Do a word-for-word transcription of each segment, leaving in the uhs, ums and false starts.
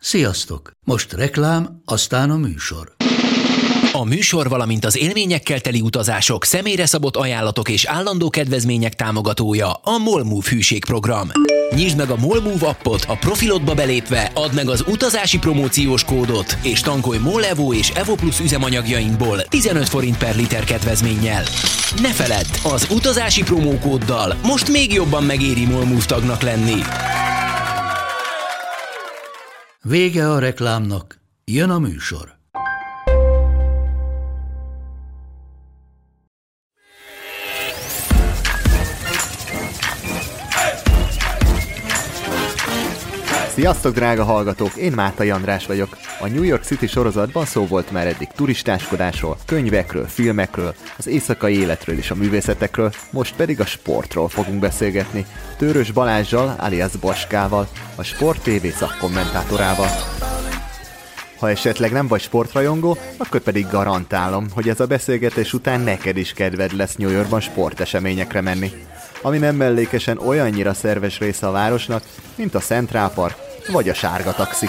Sziasztok! Most reklám, aztán a műsor. A műsor, valamint az élményekkel teli utazások, személyre szabott ajánlatok és állandó kedvezmények támogatója a MOLMOVE hűségprogram. Nyisd meg a MOLMOVE appot a profilodba belépve, add meg az utazási promóciós kódot, és tankolj MOL Evo és Evo Plus üzemanyagjainkból tizenöt forint per liter kedvezménnyel. Ne feledd, az utazási promókóddal most még jobban megéri MOLMOVE tagnak lenni. Vége a reklámnak, jön a műsor. Sziasztok, drága hallgatók! Én Mátai András vagyok. A New York City sorozatban szó volt már eddig turistáskodásról, könyvekről, filmekről, az éjszakai életről és a művészetekről, most pedig a sportról fogunk beszélgetni. Tőrös Balázssal, alias Baskával, a Sport té vé szakkommentátorával. Ha esetleg nem vagy sportrajongó, akkor pedig garantálom, hogy ez a beszélgetés után neked is kedved lesz New Yorkban sporteseményekre menni. Ami nem mellékesen olyannyira szerves része a városnak, mint a Central Park vagy a sárga taxik.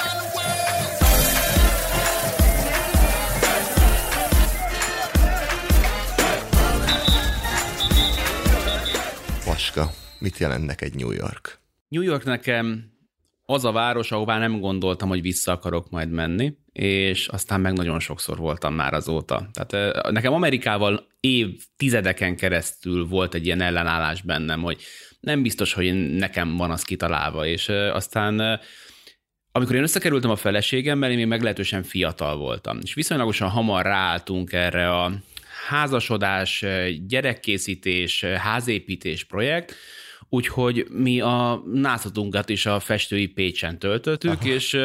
Vaska, mit jelent neked New York? New York nekem az a város, ahová nem gondoltam, hogy vissza akarok majd menni, és aztán meg nagyon sokszor voltam már azóta. Tehát nekem Amerikával évtizedeken keresztül volt egy ilyen ellenállás bennem, hogy nem biztos, hogy nekem van az kitalálva, és aztán amikor én összekerültem a feleségemmel, én még meglehetősen fiatal voltam, és viszonylagosan hamar ráálltunk erre a házasodás, gyerekkészítés, házépítés projekt, úgyhogy mi a nászatunkat is a festői Pécsen töltöttük, aha, és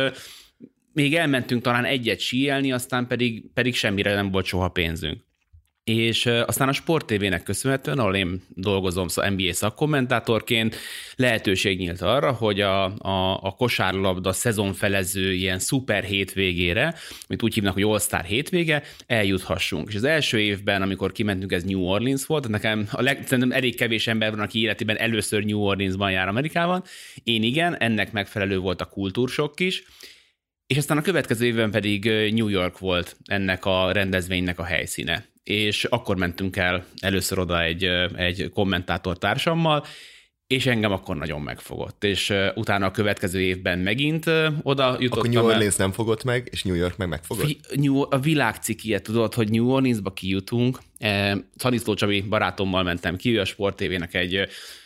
még elmentünk talán egyet síelni, aztán pedig, pedig semmire nem volt soha pénzünk. És aztán a Sport té vének köszönhetően, ahol én dolgozom en bé á szakkommentátorként, lehetőség nyílt arra, hogy a, a, a kosárlabda szezonfelező ilyen szuper hétvégére, amit úgy hívnak, hogy All-Star hétvége, eljuthassunk. És az első évben, amikor kimentünk, ez New Orleans volt, nekem a leg, szerintem elég kevés ember van, aki életében először New Orleansban jár Amerikában. Én igen, ennek megfelelő volt a kultúrsokk is, és aztán a következő évben pedig New York volt ennek a rendezvénynek a helyszíne. És akkor mentünk el először oda egy, egy kommentátor társammal, és engem akkor nagyon megfogott. És utána a következő évben megint oda jutottam. Akkor New Orleans el. Nem fogott meg, és New York meg megfogott? Fi, New, a világcikiet tudod, hogy New Orleansba kijutunk. Szaniszló Csabi barátommal mentem ki, ő a Sport té vének egy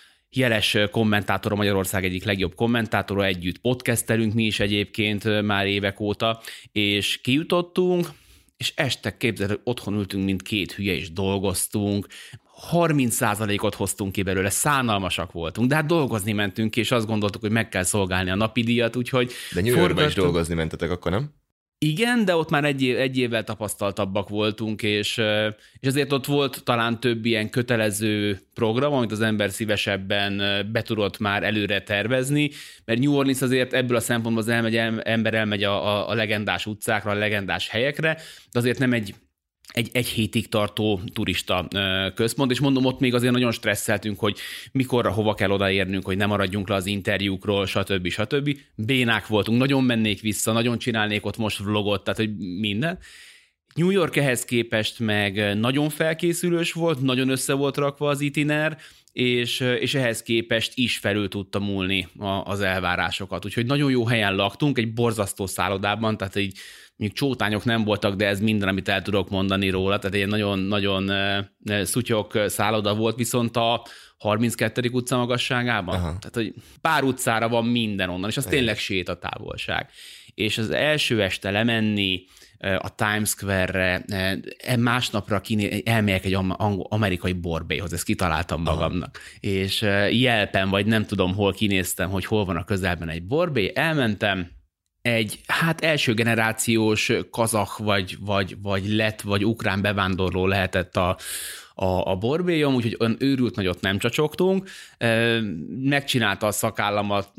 jeles kommentátora, Magyarország egyik legjobb kommentátora, együtt podcastelünk mi is egyébként már évek óta, és kijutottunk, és este képzeld, hogy otthon ültünk, mint két hülye, és dolgoztunk, harminc százalékot hoztunk ki belőle, szánalmasak voltunk, de hát dolgozni mentünk, és azt gondoltuk, hogy meg kell szolgálni a napi díjat, úgyhogy... De New Yorkban is dolgozni mentetek akkor, nem? Igen, de ott már egy, év, egy évvel tapasztaltabbak voltunk, és, és azért ott volt talán több ilyen kötelező program, amit az ember szívesebben be tudott már előre tervezni, mert New Orleans azért ebből a szempontból az elmegy, ember elmegy a, a, a legendás utcákra, a legendás helyekre, de azért nem egy egy egy hétig tartó turista központ, és mondom, ott még azért nagyon stresszeltünk, hogy mikorra, hova kell odaérnünk, hogy ne maradjunk le az interjúkról, stb. stb. Bénák voltunk, nagyon mennék vissza, nagyon csinálnék ott most vlogot, tehát hogy minden. New York ehhez képest meg nagyon felkészülős volt, nagyon össze volt rakva az itiner, és, és ehhez képest is felül tudta múlni a, az elvárásokat. Úgyhogy nagyon jó helyen laktunk, egy borzasztó szállodában, tehát így még csótányok nem voltak, de ez minden, amit el tudok mondani róla, tehát egy nagyon-nagyon szutyok szálloda volt, viszont a harminckettedik utca magasságában. Aha. Tehát, hogy pár utcára van minden onnan, és az igen, tényleg sétatávolság. És az első este lemenni a Times Square-re, másnapra kiné- elmegyek egy amerikai borbélyhoz, ezt kitaláltam magamnak. Aha. És Yelpen, vagy nem tudom, hol kinéztem, hogy hol van a közelben egy borbély, elmentem, egy hát első generációs kazakh, vagy, vagy, vagy lett, vagy ukrán bevándorló lehetett a, a, a borbélyom, úgyhogy olyan őrült nagyot nem csacsogtunk. Megcsinálta a szakállamat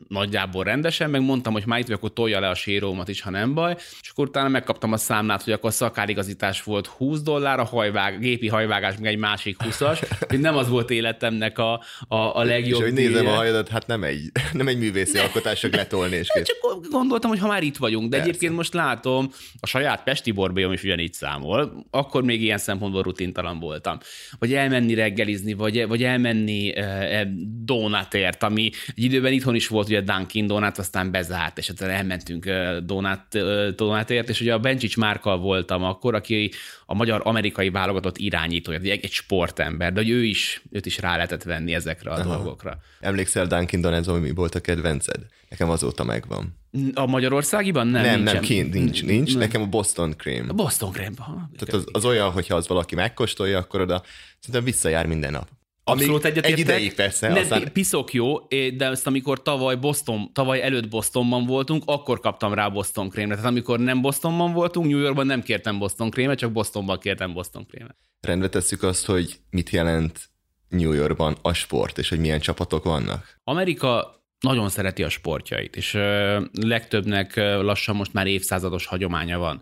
nagyjából rendesen, meg mondtam, hogy már itt vagyok, akkor tolja le a sérómat is, ha nem baj, és akkor utána megkaptam a számlát, hogy akkor a szakárigazítás volt húsz dollár, a hajvág, gépi hajvágás meg egy másik húszas, hogy nem az volt életemnek a, a, a legjobb. És hogy nézem a hajadat, hát nem egy, nem egy művészi alkotás, csak letolni és kész. Csak gondoltam, hogy ha már itt vagyunk, de Persze. egyébként most látom, a saját pesti borbélyom is ugyanígy számol, akkor még ilyen szempontból rutintalan voltam. Vagy elmenni reggelizni, vagy, vagy elmenni eh, donutért, ami egy időben itthon is volt, ugye Dunkin Donut, aztán bezárt, és aztán elmentünk eh, donut, eh, donutért, és ugye a Bencsics Márkkal voltam akkor, aki a magyar-amerikai válogatott irányítója, egy, egy sportember, de hogy ő is, őt is rá lehetett venni ezekre a Aha. dolgokra. Emlékszel Dunkin Donuts-on, mi volt a kedvenced? Nekem azóta megvan. A magyarországiban nem? Nem, nincsen. nem, kint, nincs, nincs. Nem. Nekem a Boston Cream. A Boston Cream. Ha, Tehát az, az olyan, hogyha az valaki megkóstolja, akkor oda szerintem visszajár minden nap. Abszolút egyetértek. Egy ideig persze. Nem, aztán... piszok jó, de ezt amikor tavaly Boston, tavaly előtt Bostonban voltunk, akkor kaptam rá Boston Creamre. Tehát amikor nem Bostonban voltunk, New Yorkban nem kértem Boston Creamet, csak Bostonban kértem Boston Creamet. Rendbe tesszük azt, hogy mit jelent New Yorkban a sport, és hogy milyen csapatok vannak. Amerika nagyon szereti a sportjait, és legtöbbnek lassan most már évszázados hagyománya van.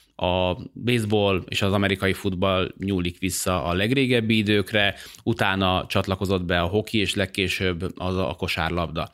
A baseball és az amerikai futball nyúlik vissza a legrégebbi időkre, utána csatlakozott be a hoki, és legkésőbb az a kosárlabda.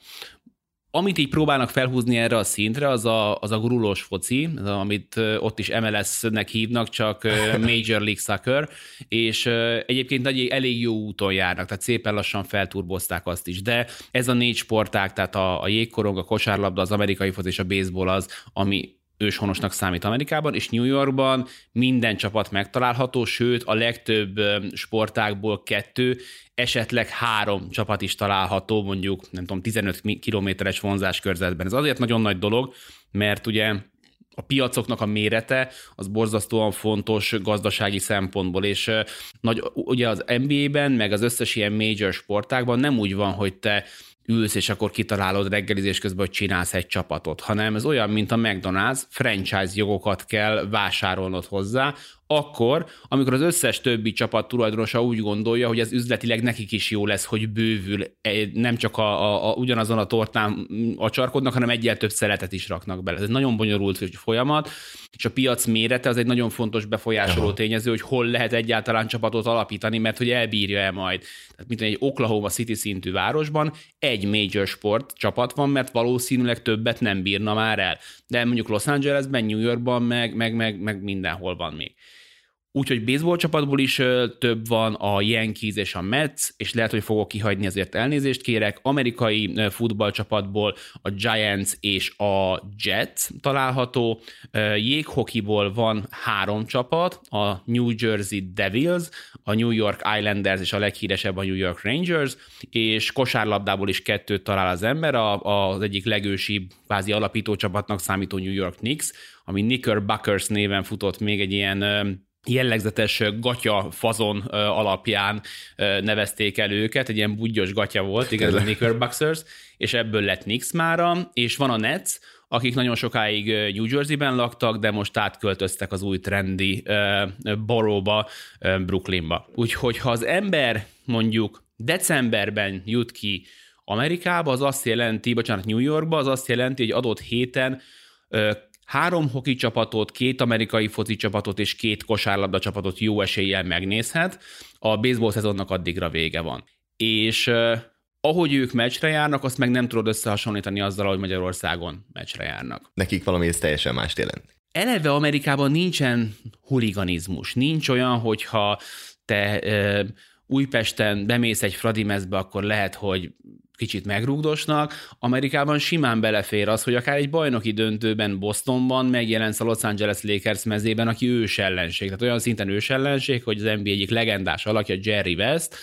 Amit így próbálnak felhúzni erre a szintre, az a, az a gurulós foci, amit ott is em el es-nek hívnak, csak Major League Soccer, és egyébként elég jó úton járnak, tehát szépen lassan felturbozták azt is, de ez a négy sportág, tehát a, a jégkorong, a kosárlabda, az amerikai foci és a baseball az, ami őshonosnak számít Amerikában, és New Yorkban minden csapat megtalálható, sőt a legtöbb sportágból kettő, esetleg három csapat is található, mondjuk nem tudom, tizenöt kilométeres vonzáskörzetben. Ez azért nagyon nagy dolog, mert ugye a piacoknak a mérete az borzasztóan fontos gazdasági szempontból, és nagy, ugye az en bé á-ben, meg az összes ilyen major sportágban nem úgy van, hogy te ülsz, és akkor kitalálod reggelizés közben, hogy csinálsz egy csapatot, hanem ez olyan, mint a McDonald's, franchise jogokat kell vásárolnod hozzá, akkor, amikor az összes többi csapat tulajdonosa úgy gondolja, hogy ez üzletileg nekik is jó lesz, hogy bővül, nem csak a, a, a, ugyanazon a tortán acsarkodnak, hanem egyel több szeletet is raknak bele. Ez egy nagyon bonyolult folyamat, és a piac mérete az egy nagyon fontos befolyásoló Aha. tényező, hogy hol lehet egyáltalán csapatot alapítani, mert hogy elbírja-e majd. Tehát mint egy Oklahoma City szintű városban egy major sport csapat van, mert valószínűleg többet nem bírna már el. De mondjuk Los Angelesben, New Yorkban, meg, meg, meg, meg mindenhol van még. Úgyhogy baseball csapatból is több van, a Yankees és a Mets, és lehet, hogy fogok kihagyni, ezért elnézést kérek. Amerikai futballcsapatból a Giants és a Jets található. Jéghokiból van három csapat, a New Jersey Devils, a New York Islanders és a leghíresebb a New York Rangers, és kosárlabdából is kettőt talál az ember, az egyik legősibb kvázi alapító csapatnak számító New York Knicks, ami Knickerbockers néven futott még egy ilyen jellegzetes gatya fazon alapján nevezték el őket, egy ilyen budgyos gatya volt, igen, ez a Knickerbockers, és ebből lett Knicks mára, és van a Nets, akik nagyon sokáig New Jerseyben laktak, de most átköltöztek az új trendi uh, boroughba, uh, Brooklynba. Úgyhogy ha az ember mondjuk decemberben jut ki Amerikába, az azt jelenti, bocsánat, New Yorkba, az azt jelenti, hogy adott héten uh, három hoki csapatot, két amerikai foci csapatot és két kosárlabda csapatot jó eséllyel megnézhet. A baseball szezonnak addigra vége van. És uh, ahogy ők meccsre járnak, azt meg nem tudod összehasonlítani azzal, ahogy Magyarországon meccsre járnak. Nekik valami ez teljesen mást jelent. Eleve Amerikában nincsen huliganizmus. Nincs olyan, hogyha te uh, Újpesten bemész egy Fradi mezbe, akkor lehet, hogy kicsit megrúgdosnak. Amerikában simán belefér az, hogy akár egy bajnoki döntőben Bostonban megjelensz a Los Angeles Lakers mezében, aki ős ellenség. Tehát olyan szinten ős ellenség, hogy az en bé á egyik legendás alakja, Jerry West,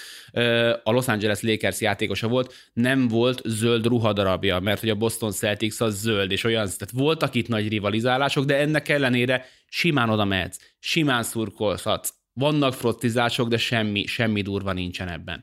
a Los Angeles Lakers játékosa volt, nem volt zöld ruhadarabja, mert hogy a Boston Celtics az zöld, és olyan, tehát voltak itt nagy rivalizálások, de ennek ellenére simán oda mehetsz, simán szurkolhatsz, vannak frottizások, de semmi, semmi durva nincsen ebben.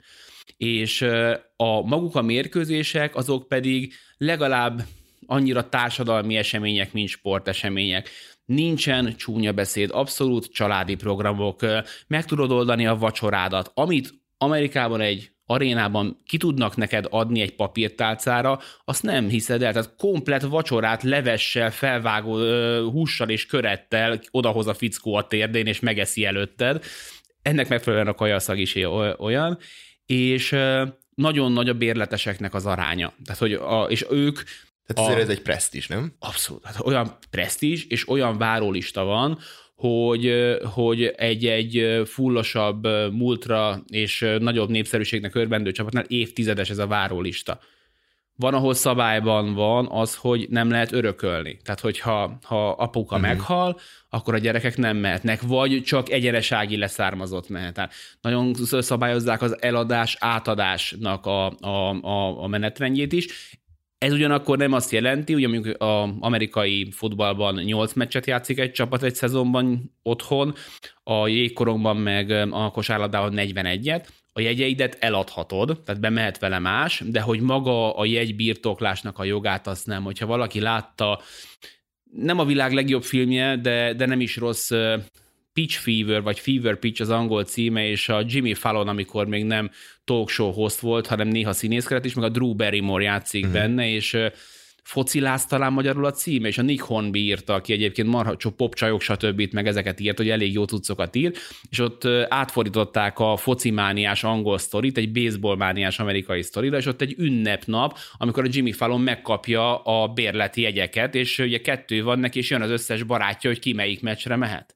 És a maguk a mérkőzések, azok pedig legalább annyira társadalmi események, mint sportesemények. Nincsen csúnya beszéd, abszolút családi programok, meg tudod oldani a vacsorádat, amit Amerikában egy arénában ki tudnak neked adni egy papírtálcára, azt nem hiszed el. Tehát komplett vacsorát levessel, felvágó hússal és körettel odahoz a fickó a térdén, és megeszi előtted. Ennek megfelelően a kajaszag is olyan, és nagyon nagy a bérleteseknek az aránya. Tehát, hogy a, és ők... Tehát azért a, ez egy presztízs, nem? Abszolút. Hát olyan presztízs, és olyan várólista van, hogy, hogy egy-egy fullosabb múltra és nagyobb népszerűségnek örvendő csapatnál évtizedes ez a várólista. Van, ahol szabályban van az, hogy nem lehet örökölni. Tehát, hogyha ha apuka uh-huh. meghal, akkor a gyerekek nem mehetnek, vagy csak egyenesági leszármazott mehet. Tehát nagyon szabályozzák az eladás, átadásnak a, a, a, a menetrendjét is. Ez ugyanakkor nem azt jelenti, hogy mondjuk az amerikai futballban nyolc meccset játszik egy csapat egy szezonban otthon, a jégkorongban meg a kosárlabdában negyvenegyet, a jegyeidet eladhatod, tehát bemehet vele más, de hogy maga a jegybirtoklásnak a jogát azt nem. Hogyha valaki látta, nem a világ legjobb filmje, de, de nem is rossz, Pitch Fever, vagy Fever Pitch az angol címe, és a Jimmy Fallon, amikor még nem talk show host volt, hanem néha színészkedett is, meg a Drew Barrymore játszik uh-huh. benne, és Focilász talán magyarul a címe, és a Nick Hornby írta, aki egyébként marha popcsajok, stb. Meg ezeket írt, hogy elég jó cuccokat ír, és ott átfordították a focimániás angol sztorit, egy baseballmániás amerikai sztorira, és ott egy ünnepnap, amikor a Jimmy Fallon megkapja a bérleti jegyeket, és ugye kettő van neki, és jön az összes barátja, hogy ki melyik meccsre mehet.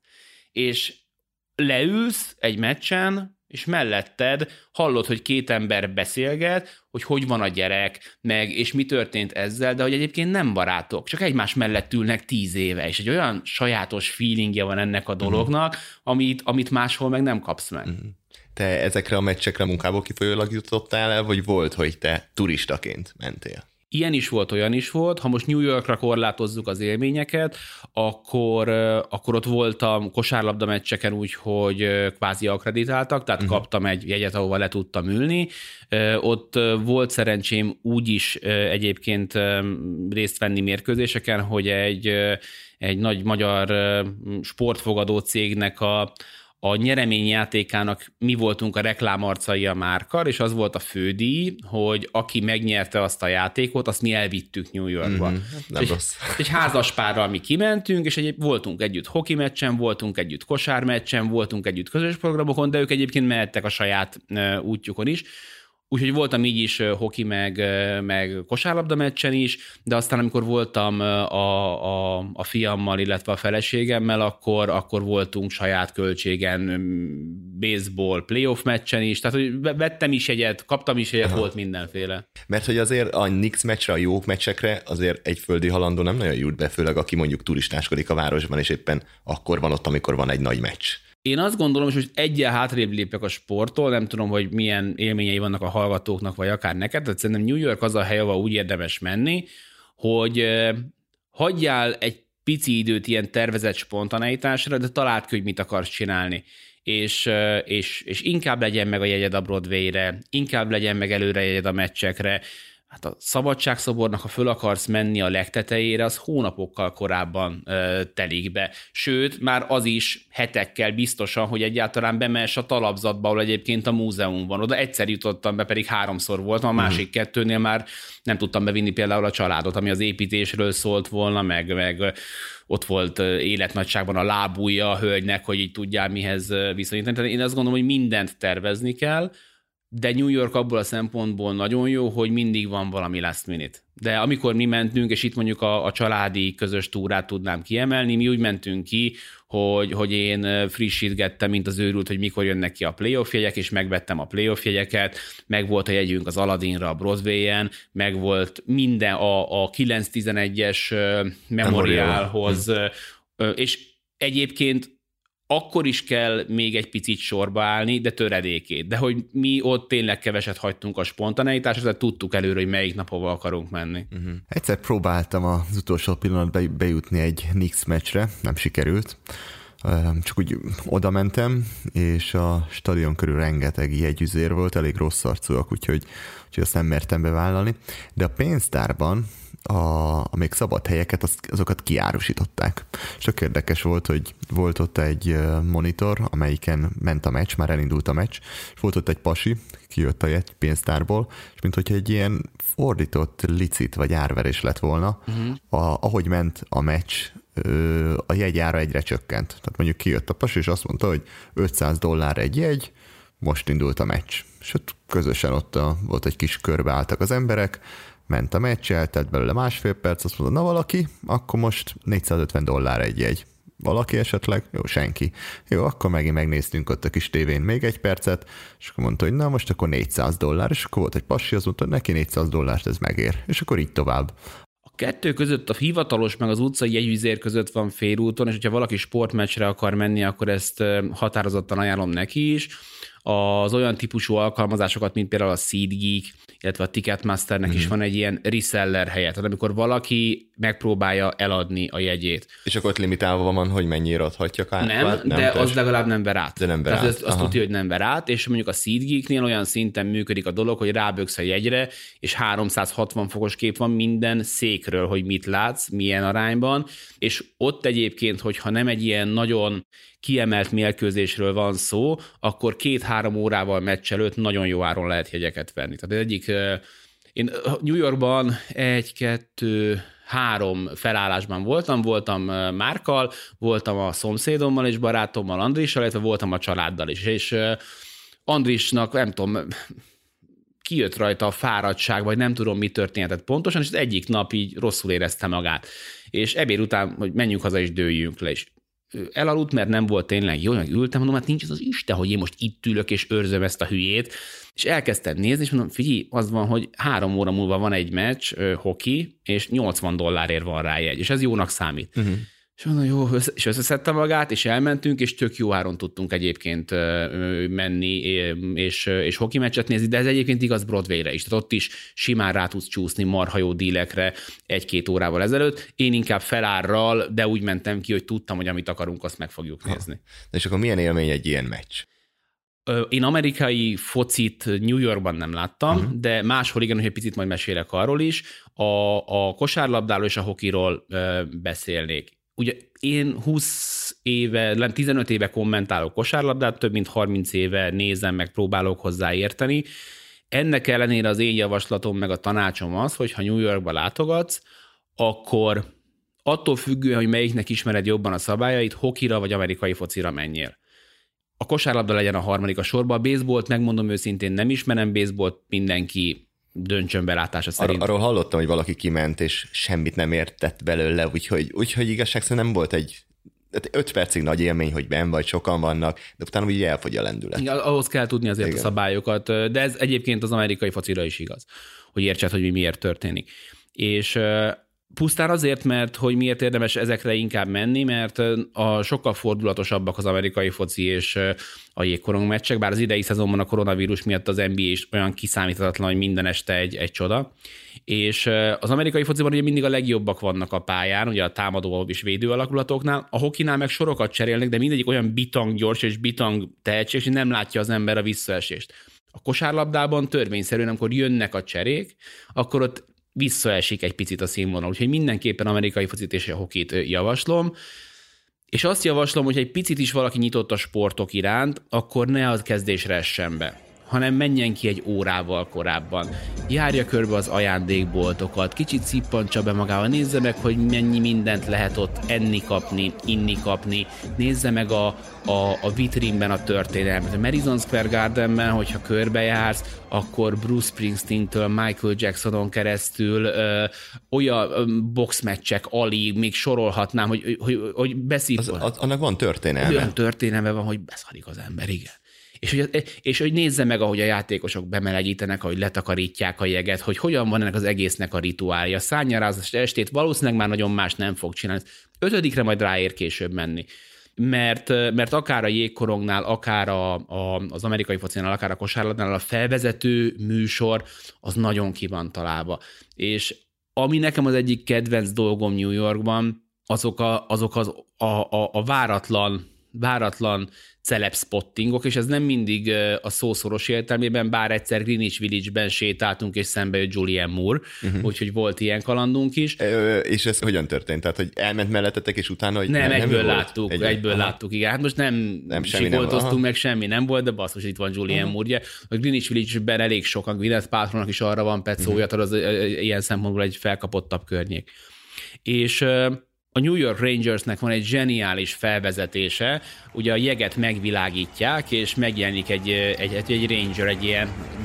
És leülsz egy meccsen, és melletted hallod, hogy két ember beszélget, hogy hogy van a gyerek, meg és mi történt ezzel, de hogy egyébként nem barátok, csak egymás mellett ülnek tíz éve, és egy olyan sajátos feelingje van ennek a dolognak, amit, amit máshol meg nem kapsz meg. Te ezekre a meccsekre munkából kifolyólag jutottál el, vagy volt, hogy te turistaként mentél? Ilyen is volt, olyan is volt. Ha most New Yorkra korlátozzuk az élményeket, akkor, akkor ott voltam kosárlabda meccseken úgy, hogy kvázi akkreditáltak, tehát uh-huh. kaptam egy jegyet, ahova le tudtam ülni. Ott volt szerencsém úgy is egyébként részt venni mérkőzéseken, hogy egy, egy nagy magyar sportfogadó cégnek a a nyereményjátékának mi voltunk a reklámarcai a márkar, és az volt a fődíj, hogy aki megnyerte azt a játékot, azt mi elvittük New Yorkba. Mm-hmm, nem egy, rossz. Egy házaspárral mi kimentünk, és egy, voltunk együtt hoki meccsen, voltunk együtt kosármeccsen, voltunk együtt közös programokon, de ők egyébként mehettek a saját uh, útjukon is. Úgyhogy voltam így is hoki meg, meg kosárlabda meccsen is, de aztán amikor voltam a, a, a fiammal, illetve a feleségemmel, akkor, akkor voltunk saját költségen baseball playoff meccsen is, tehát hogy vettem is egyet, kaptam is egyet, volt mindenféle. Mert hogy azért a Knicks meccsre, a jó meccsekre azért egy földi halandó nem nagyon jut be, főleg aki mondjuk turistáskodik a városban, és éppen akkor van ott, amikor van egy nagy meccs. Én azt gondolom, hogy egyen hátrébb lépek a sporttól, nem tudom, hogy milyen élményei vannak a hallgatóknak, vagy akár neked, tehát szerintem New York az a hely, ahol úgy érdemes menni, hogy hagyjál egy pici időt ilyen tervezett spontaneitásra, de találd ki, hogy mit akarsz csinálni. És, és, és inkább legyen meg a jegyed a Broadway-re, inkább legyen meg előre jegyed a meccsekre. Hát a szabadságszobornak, ha föl akarsz menni a legtetejére, az hónapokkal korábban ö, telik be. Sőt, már az is hetekkel biztosan, hogy egyáltalán bemehes a talapzatba, ahol egyébként a múzeum van. Oda egyszer jutottam be, pedig háromszor voltam, a másik uh-huh. kettőnél már nem tudtam bevinni például a családot, ami az építésről szólt volna, meg, meg ott volt életnagyságban a lábújja a hölgynek, hogy így tudjál mihez viszonyítani. Tehát én azt gondolom, hogy mindent tervezni kell, de New York abból a szempontból nagyon jó, hogy mindig van valami last minute. De amikor mi mentünk, és itt mondjuk a, a családi közös túrát tudnám kiemelni, mi úgy mentünk ki, hogy, hogy én frissítgettem, mint az őrült, hogy mikor jönnek ki a playoff jegyek, és megvettem a playoff jegyeket, meg volt a jegyünk az Aladdinra a Broadway-en, meg volt minden a, a kilenc tizenegyes memoriálhoz, és egyébként akkor is kell még egy picit sorba állni, de töredékét. De hogy mi ott tényleg keveset hagytunk a spontaneitásra, tehát tudtuk előre, hogy melyik napova akarunk menni. Uh-huh. Egyszer próbáltam az utolsó pillanatban bejutni egy Knicks meccsre, nem sikerült. Csak úgy oda mentem, és a stadion körül rengeteg jegyüzér volt, elég rossz arcúak, úgyhogy, úgyhogy azt nem mertem bevállalni. De a pénztárban a, a még szabad helyeket, az, azokat kiárusították. És tök érdekes volt, hogy volt ott egy monitor, amelyiken ment a meccs, már elindult a meccs, és volt ott egy pasi, kijött a egy pénztárból, és mint hogyha egy ilyen fordított licit vagy árverés lett volna, uh-huh. a, ahogy ment a meccs, a jegyára egyre csökkent. Tehát mondjuk kijött a pasi, és azt mondta, hogy ötszáz dollár egy jegy, most indult a meccs. És ott közösen ott a, volt egy kis körbe álltak az emberek, ment a meccs, eltelt belőle másfél perc, azt mondta, na valaki, akkor most négyszázötven dollár egy jegy. Valaki esetleg? Jó, senki. Jó, akkor megint megnéztünk ott a kis tévén még egy percet, és akkor mondta, hogy na most akkor négyszáz dollár, és akkor volt egy pasi, az mondta, hogy neki négyszáz dollárt ez megér. És akkor így tovább. A kettő között, a hivatalos meg az utcai jegyüzér között van félúton, és hogyha valaki sportmeccsre akar menni, akkor ezt határozottan ajánlom neki is. Az olyan típusú alkalmazásokat, mint például a SeatGeek, illetve a Ticketmasternek mm-hmm. is van egy ilyen reseller helye, tehát amikor valaki megpróbálja eladni a jegyét. És akkor ott limitálva van, hogy mennyire adhatja át? Nem, nem, de tesz. Az legalább nem ver át. De nem ver tehát át. azt, azt tudja, hogy nem ver át, és mondjuk a SeatGeeknél olyan szinten működik a dolog, hogy ráböksz a jegyre, és háromszázhatvan fokos kép van minden székről, hogy mit látsz, milyen arányban, és ott egyébként, hogyha nem egy ilyen nagyon kiemelt mérkőzésről van szó, akkor két-három órával meccs előtt nagyon jó áron lehet jegyeket venni. Tehát egyik, én New Yorkban egy, kettő, három felállásban voltam, voltam Márkkal, voltam a szomszédommal és barátommal, Andrissal, illetve voltam a családdal is, és Andrisnak, nem tudom, kijött rajta a fáradtság, vagy nem tudom, mi történhetett pontosan, és az egyik nap így rosszul érezte magát. És ebéd után, hogy menjünk haza és dőljünk le, és elaludt, mert nem volt tényleg jó, meg ültem, mondom, hát nincs az az Isten, hogy én most itt ülök és őrzöm ezt a hülyét, és elkezdtem nézni, és mondom, figyelj, az van, hogy három óra múlva van egy meccs, ö, hoki, és nyolcvan dollárért van rá jegy, és ez jónak számít. Uh-huh. És mondom, jó, és összeszedte magát, és elmentünk, és tök jó áron tudtunk egyébként menni, és, és hoki meccset nézni, de ez egyébként igaz Broadwayre is. Tehát ott is simán rá tudsz csúszni marha jó dílekre egy-két órával ezelőtt. Én inkább felárral, de úgy mentem ki, hogy tudtam, hogy amit akarunk, azt meg fogjuk nézni. Ha. De és akkor milyen élmény egy ilyen meccs? Én amerikai focit New Yorkban nem láttam, uh-huh. de máshol igen, hogy egy picit majd mesélek arról is. A, a kosárlabdáról és a hokiról ö, beszélnék. Ugye én húsz éve, nem tizenöt éve kommentálok kosárlabdát, több mint harminc éve nézem, meg próbálok hozzá érteni. Ennek ellenére az én javaslatom meg a tanácsom az, hogy ha New Yorkba látogatsz, akkor attól függően, hogy melyiknek ismered jobban a szabályait, hokira vagy amerikai focira menjél. A kosárlabda legyen a harmadik a sorban, a baseballt megmondom őszintén nem ismerem, baseballt mindenki döntsön belátása szerint. Ar- arról hallottam, hogy valaki kiment, és semmit nem értett belőle, úgyhogy, úgyhogy igazság szerint nem volt egy öt percig nagy élmény, hogy benn vagy, sokan vannak, de utána úgy elfogy a lendület. Igen, ahhoz kell tudni azért Igen. a szabályokat, de ez egyébként az amerikai focira is igaz, hogy értsed, hogy mi miért történik. És pusztán azért, mert hogy miért érdemes ezekre inkább menni, mert a sokkal fordulatosabbak az amerikai foci és a jégkorong meccsek, bár az idei szezonban a koronavírus miatt az en bé á is olyan kiszámíthatatlan, hogy minden este egy, egy csoda. És az amerikai fociban ugye mindig a legjobbak vannak a pályán, ugye a támadó és védő alakulatoknál, a hokinál meg sorokat cserélnek, de mindegyik olyan bitang gyors és bitang tehetség, hogy nem látja az ember a visszaesést. A kosárlabdában törvényszerűen, amikor jönnek a cserék, akkor ott visszaesik egy picit a színvonal, úgyhogy mindenképpen amerikai focit és a hokit javaslom, és azt javaslom, hogy egy picit is valaki nyitott a sportok iránt, akkor ne az kezdésre essen be, hanem menjen ki egy órával korábban. Járja körbe az ajándékboltokat, kicsit szippantsa be magával, nézze meg, hogy mennyi mindent lehet ott enni kapni, inni kapni, nézze meg a, a, a vitrínben a történelmet. A Madison Square Gardenben, hogyha körbejársz, akkor Bruce Springsteen-től Michael Jacksonon keresztül ö, olyan ö, boxmeccsek, Ali, még sorolhatnám, hogy, hogy, hogy beszívol. Az, annak van történelme. Olyan történelme van, hogy beszadik az ember, igen. És hogy, és hogy nézze meg, ahogy a játékosok bemelegítenek, ahogy letakarítják a jeget, hogy hogyan van ennek az egésznek a rituálja. Szárnyarázás estét valószínűleg már nagyon más nem fog csinálni. Ötödikre majd ráér később menni. Mert, mert akár a jégkorongnál, akár a, a, az amerikai focinál, akár a kosárlabdánál a felvezető műsor az nagyon ki van találva. És ami nekem az egyik kedvenc dolgom New Yorkban, azok, a, azok az, a, a, a váratlan váratlan celeb spottingok, és ez nem mindig a szószoros értelmében, bár egyszer Greenwich Village-ben sétáltunk, és szembe jött Julianne Moore, uh-huh. úgyhogy volt ilyen kalandunk is. Ö, és ez hogyan történt? Tehát, hogy elment mellettetek, és utána, hogy nem, nem, egyből nem láttuk, egy, egyből aha. láttuk, igen. Hát most nem, nem sikoltoztunk meg, semmi nem volt, de basszus, itt van Julianne uh-huh. Moore. A Greenwich Village-ben elég sokan, Gwyneth Paltrownak is arra van pecója, uh-huh. az ilyen szempontból egy felkapottabb környék. És a New York Rangersnek van egy zseniális felvezetése, ugye a jeget megvilágítják, és megjelenik egy, egy, egy ranger, egy ilyen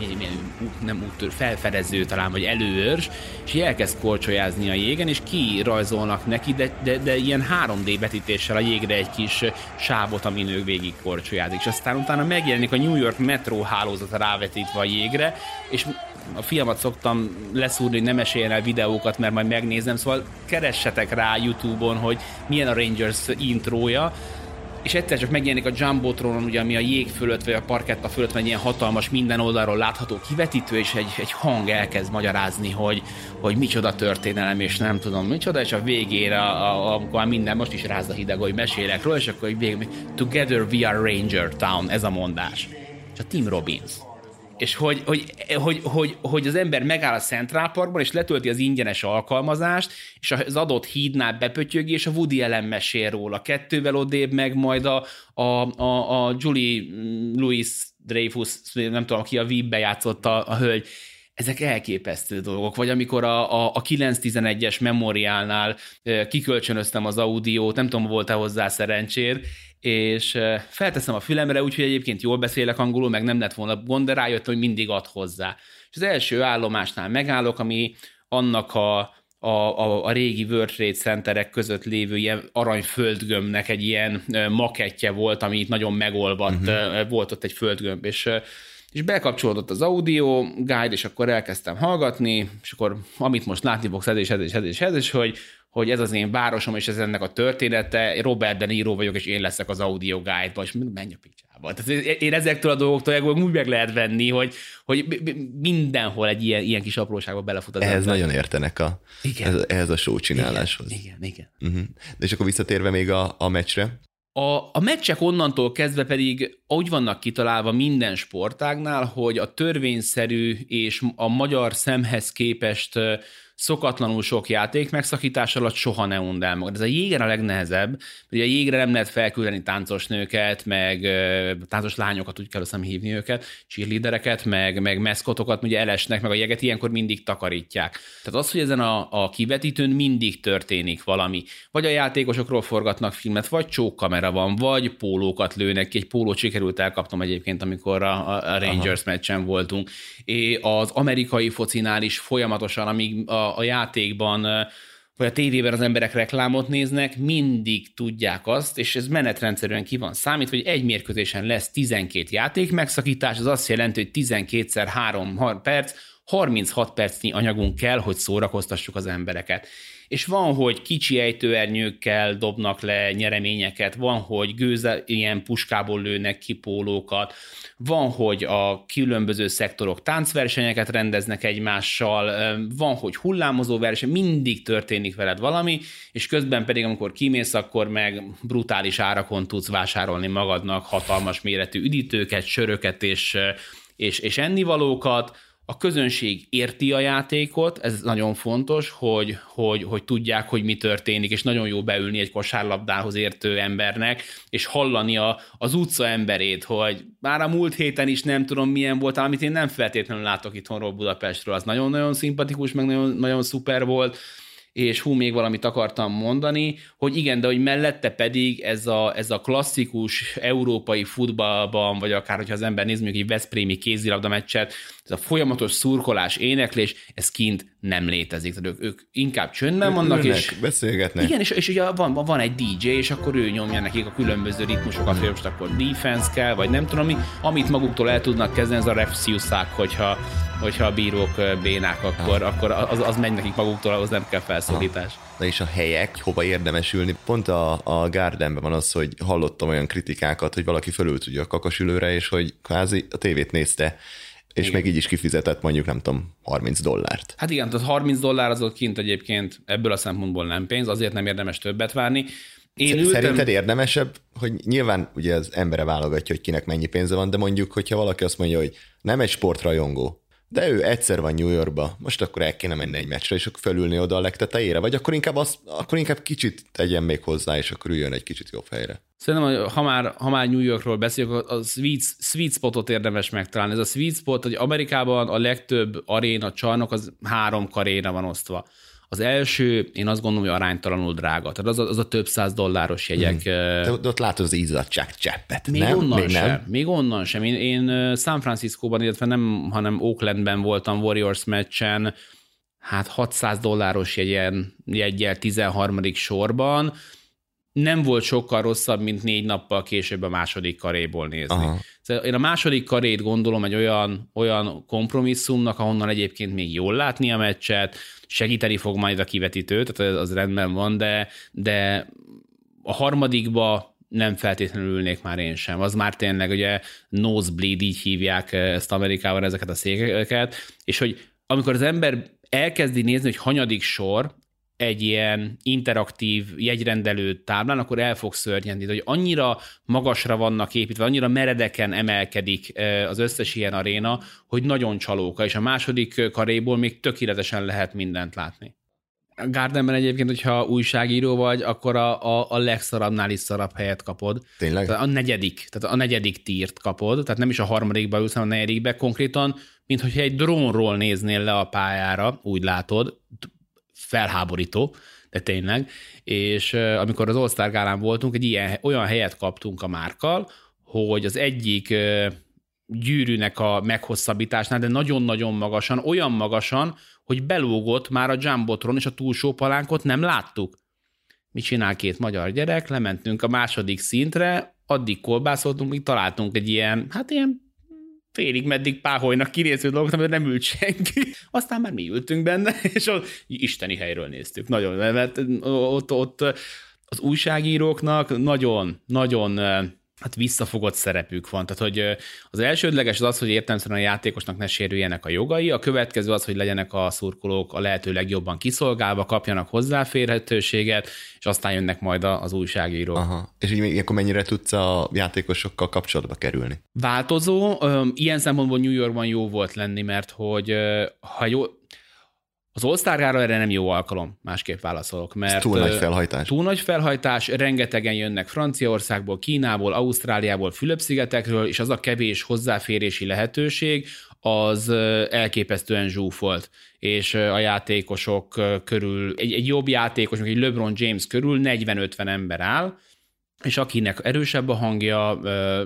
nem úttör, felfedező talán, vagy előőrs, és elkezd korcsolyázni a jégen, és kirajzolnak neki, de, de, de ilyen három dé vetítéssel a jégre egy kis sávot, amin ő végig korcsolyázik. És aztán utána megjelenik a New York metró hálózata rávetítve a jégre, és a fiamat szoktam leszúrni, hogy ne meséljen el videókat, mert majd megnézem, szóval keressetek rá YouTube-on, hogy milyen a Rangers intrója, és egyszer csak megjelenik a Jumbotronon, ugye, ami a jég fölött, vagy a parketta fölött van egy ilyen hatalmas, minden oldalról látható kivetítő, és egy, egy hang elkezd magyarázni, hogy, hogy micsoda történelem, és nem tudom micsoda, és a végére, a, a, amikor minden, most is ráz a hideg, hogy mesélek róla, és akkor végén, Together we are Ranger Town, ez a mondás. És a Tim Robbins. És hogy, hogy, hogy, hogy, hogy az ember megáll a Central Parkban, és letölti az ingyenes alkalmazást, és az adott hídnál bepötyögi, és a Woody Allen mesél róla. Kettővel odébb meg majd a, a, a, a Julie Louis-Dreyfus, nem tudom, aki a Veep-be játszott a, a hölgy. Ezek elképesztő dolgok. Vagy amikor a, a, a kilenc tizenegyes Memorialnál kikölcsönöztem az audiót, nem tudom, volt-e hozzá szerencséd, és felteszem a fülemre, úgyhogy egyébként jól beszélek angolul, meg nem lett volna gond, de rájöttem, hogy mindig ad hozzá. És az első állomásnál megállok, ami annak a, a, a, a régi World Trade Centerek között lévő ilyen aranyföldgömbnek egy ilyen makettje volt, ami itt nagyon megolvadt, uh-huh. volt ott egy földgömb, és és bekapcsolódott az audio guide, és akkor elkezdtem hallgatni, és akkor amit most látni fogsz, ez és ez és ez és ez, és hogy, hogy ez az én városom, és ez ennek a története, Robert De Niro vagyok, és én leszek az audio guide-ba, és menj a picsába. Tehát én ezektől a dolgoktól úgy meg lehet venni, hogy, hogy mindenhol egy ilyen, ilyen kis apróságba belefut az Ehhez ember. nagyon értenek a, ez, ehhez a show csináláshoz. Igen, igen. igen. Uh-huh. De és akkor visszatérve még a, a meccsre, A, a meccsek onnantól kezdve pedig úgy vannak kitalálva minden sportágnál, hogy a törvényszerű és a magyar szemhez képest szokatlanul sok játék megszakítás alatt soha ne undd el magad. Ez a jégen a legnehezebb, ugye a jégre nem lehet felküldeni táncos nőket, meg táncos lányokat, úgy kell azt hívni őket, cheerleadereket, meg, meg meszkotokat, ugye elesnek, meg a jeget ilyenkor mindig takarítják. Tehát az, hogy ezen a, a kivetítőn mindig történik valami. Vagy a játékosokról forgatnak filmet, vagy csókkamera van, vagy pólókat lőnek ki. Egy pólót sikerült elkapnom egyébként, amikor a, a Rangers Aha. meccsen voltunk. És az amerikai focinál is folyamatosan, amíg a a játékban, vagy a tévében az emberek reklámot néznek, mindig tudják azt, és ez menetrendszerűen ki van számítva, hogy egy mérkőzésen lesz tizenkét játék megszakítás, az azt jelenti, hogy tizenkétszer három perc, harminchat percnyi anyagunk kell, hogy szórakoztassuk az embereket. És van, hogy kicsi ejtőernyőkkel dobnak le nyereményeket, van, hogy gőze, ilyen puskából lőnek ki pólókat, van, hogy a különböző szektorok táncversenyeket rendeznek egymással, van, hogy hullámozó verseny, mindig történik veled valami, és közben pedig, amikor kimész, akkor meg brutális árakon tudsz vásárolni magadnak hatalmas méretű üdítőket, söröket és, és, és ennivalókat. A közönség érti a játékot, ez nagyon fontos, hogy, hogy, hogy tudják, hogy mi történik, és nagyon jó beülni egy kosárlabdához értő embernek, és hallani a, az utca emberét, hogy már a múlt héten is nem tudom milyen volt, amit én nem feltétlenül látok itthonról Budapestről, az nagyon-nagyon szimpatikus, meg nagyon, nagyon szuper volt, és hú, még valamit akartam mondani, hogy igen, de hogy mellette pedig ez a, ez a klasszikus európai futballban, vagy akár, hogyha az ember néz mondjuk egy veszprémi kézilabda meccset, ez a folyamatos szurkolás, éneklés, ez kint nem létezik. Tehát ők, ők inkább csöndben vannak, Ülnek, és beszélgetnek. Igen, és, és ugye van, van egy dé dzsé, és akkor ő nyomja nekik a különböző ritmusokat, hogy most akkor defense kell, vagy nem tudom mi, amit maguktól el tudnak kezdeni, ez a refsziuszák, hogyha, hogyha a bírók bénák, akkor, akkor az, az megy nekik maguktól, ahhoz nem kell felszólítás. Na és a helyek, hova érdemes ülni? Pont a, a Gardenben van az, hogy hallottam olyan kritikákat, hogy valaki fölült ugye a kakasülőre, és hogy kvázi a tévét nézte, és igen. meg így is kifizetett mondjuk, nem tudom, harminc dollárt. Hát igen, tehát harminc dollár az ott kint egyébként ebből a szempontból nem pénz, azért nem érdemes többet várni. Én ültem... Szerinted érdemesebb, hogy nyilván ugye az embere válogatja, hogy kinek mennyi pénze van, de mondjuk, hogyha valaki azt mondja, hogy nem egy sportrajongó, de ő egyszer van New Yorkba, most akkor el kéne menni egy meccsre, és akkor felülni oda a legtetejére, vagy akkor inkább, az, akkor inkább kicsit tegyen még hozzá, és akkor üljön egy kicsit jobb helyre. Szerintem, ha már, ha már New Yorkról beszélünk, a sweet, sweet spotot érdemes megtalálni. Ez a sweet spot, hogy Amerikában a legtöbb aréna, csarnok az három karéra van osztva. Az első, én azt gondolom, hogy aránytalanul drága. Tehát az a, az a több száz dolláros jegyek. Mm. De, de ott látod az izzadság cseppet, még nem? Onnan még sem. nem? Még onnan sem. Én, én San Franciscóban, illetve nem, hanem Oaklandben voltam Warriors meccsen, hát hatszáz dolláros jegyen, jeggyel tizenharmadik sorban. Nem volt sokkal rosszabb, mint négy nappal később a második karéból nézni. Aha. Én a második karét gondolom egy olyan, olyan kompromisszumnak, ahonnan egyébként még jól látni a meccset, segíteni fog majd a kivetítő, tehát az rendben van, de, de a harmadikba nem feltétlenül ülnék már én sem. Az már tényleg ugye nosebleed, így hívják ezt Amerikában ezeket a székeket, és hogy amikor az ember elkezdi nézni, hogy hanyadik sor, egy ilyen interaktív jegyrendelő táblán, akkor el fog szörnyedni, hogy annyira magasra vannak építve, annyira meredeken emelkedik az összes ilyen aréna, hogy nagyon csalóka, és a második karéból még tökéletesen lehet mindent látni. A Gardenben egyébként, hogyha újságíró vagy, akkor a, a, a legszarabbnál is szarabb helyet kapod. Tényleg? Tehát a negyedik, tehát a negyedik tírt kapod, tehát nem is a harmadikba ülsz, hanem a negyedikbe, konkrétan, mint hogyha egy drónról néznél le a pályára, úgy látod, felháborító, de tényleg, és uh, amikor az All-Star gálán voltunk, egy ilyen, olyan helyet kaptunk a Márkkal, hogy az egyik uh, gyűrűnek a meghosszabbításnál, de nagyon-nagyon magasan, olyan magasan, hogy belógott már a jumbotron, és a túlsó palánkot nem láttuk. Mit csinál két magyar gyerek? Lementünk a második szintre, addig kolbászoltunk, míg találtunk egy ilyen, hát ilyen félig meddig páholynak kinéző dolgot, mert nem ült senki. Aztán már mi ültünk benne, és ott isteni helyről néztük. Nagyon, mert ott, ott az újságíróknak nagyon, nagyon hát visszafogott szerepük van. Tehát, hogy az elsődleges az az, hogy értelemszerűen a játékosnak ne sérüljenek a jogai, a következő az, hogy legyenek a szurkolók a lehető legjobban kiszolgálva, kapjanak hozzáférhetőséget, és aztán jönnek majd az újságírók. Aha. És így akkor mennyire tudsz a játékosokkal kapcsolatba kerülni? Változó. Ilyen szempontból New Yorkban jó volt lenni, mert hogy ha jó... Az All-Star gára erre nem jó alkalom, másképp válaszolok, mert... Ez túl nagy felhajtás. Túl nagy felhajtás, rengetegen jönnek Franciaországból, Kínából, Ausztráliából, Fülöp-szigetekről, és az a kevés hozzáférési lehetőség, az elképesztően zsúfolt. És a játékosok körül, egy, egy jobb játékos, egy LeBron James körül negyven-ötven ember áll, és akinek erősebb a hangja,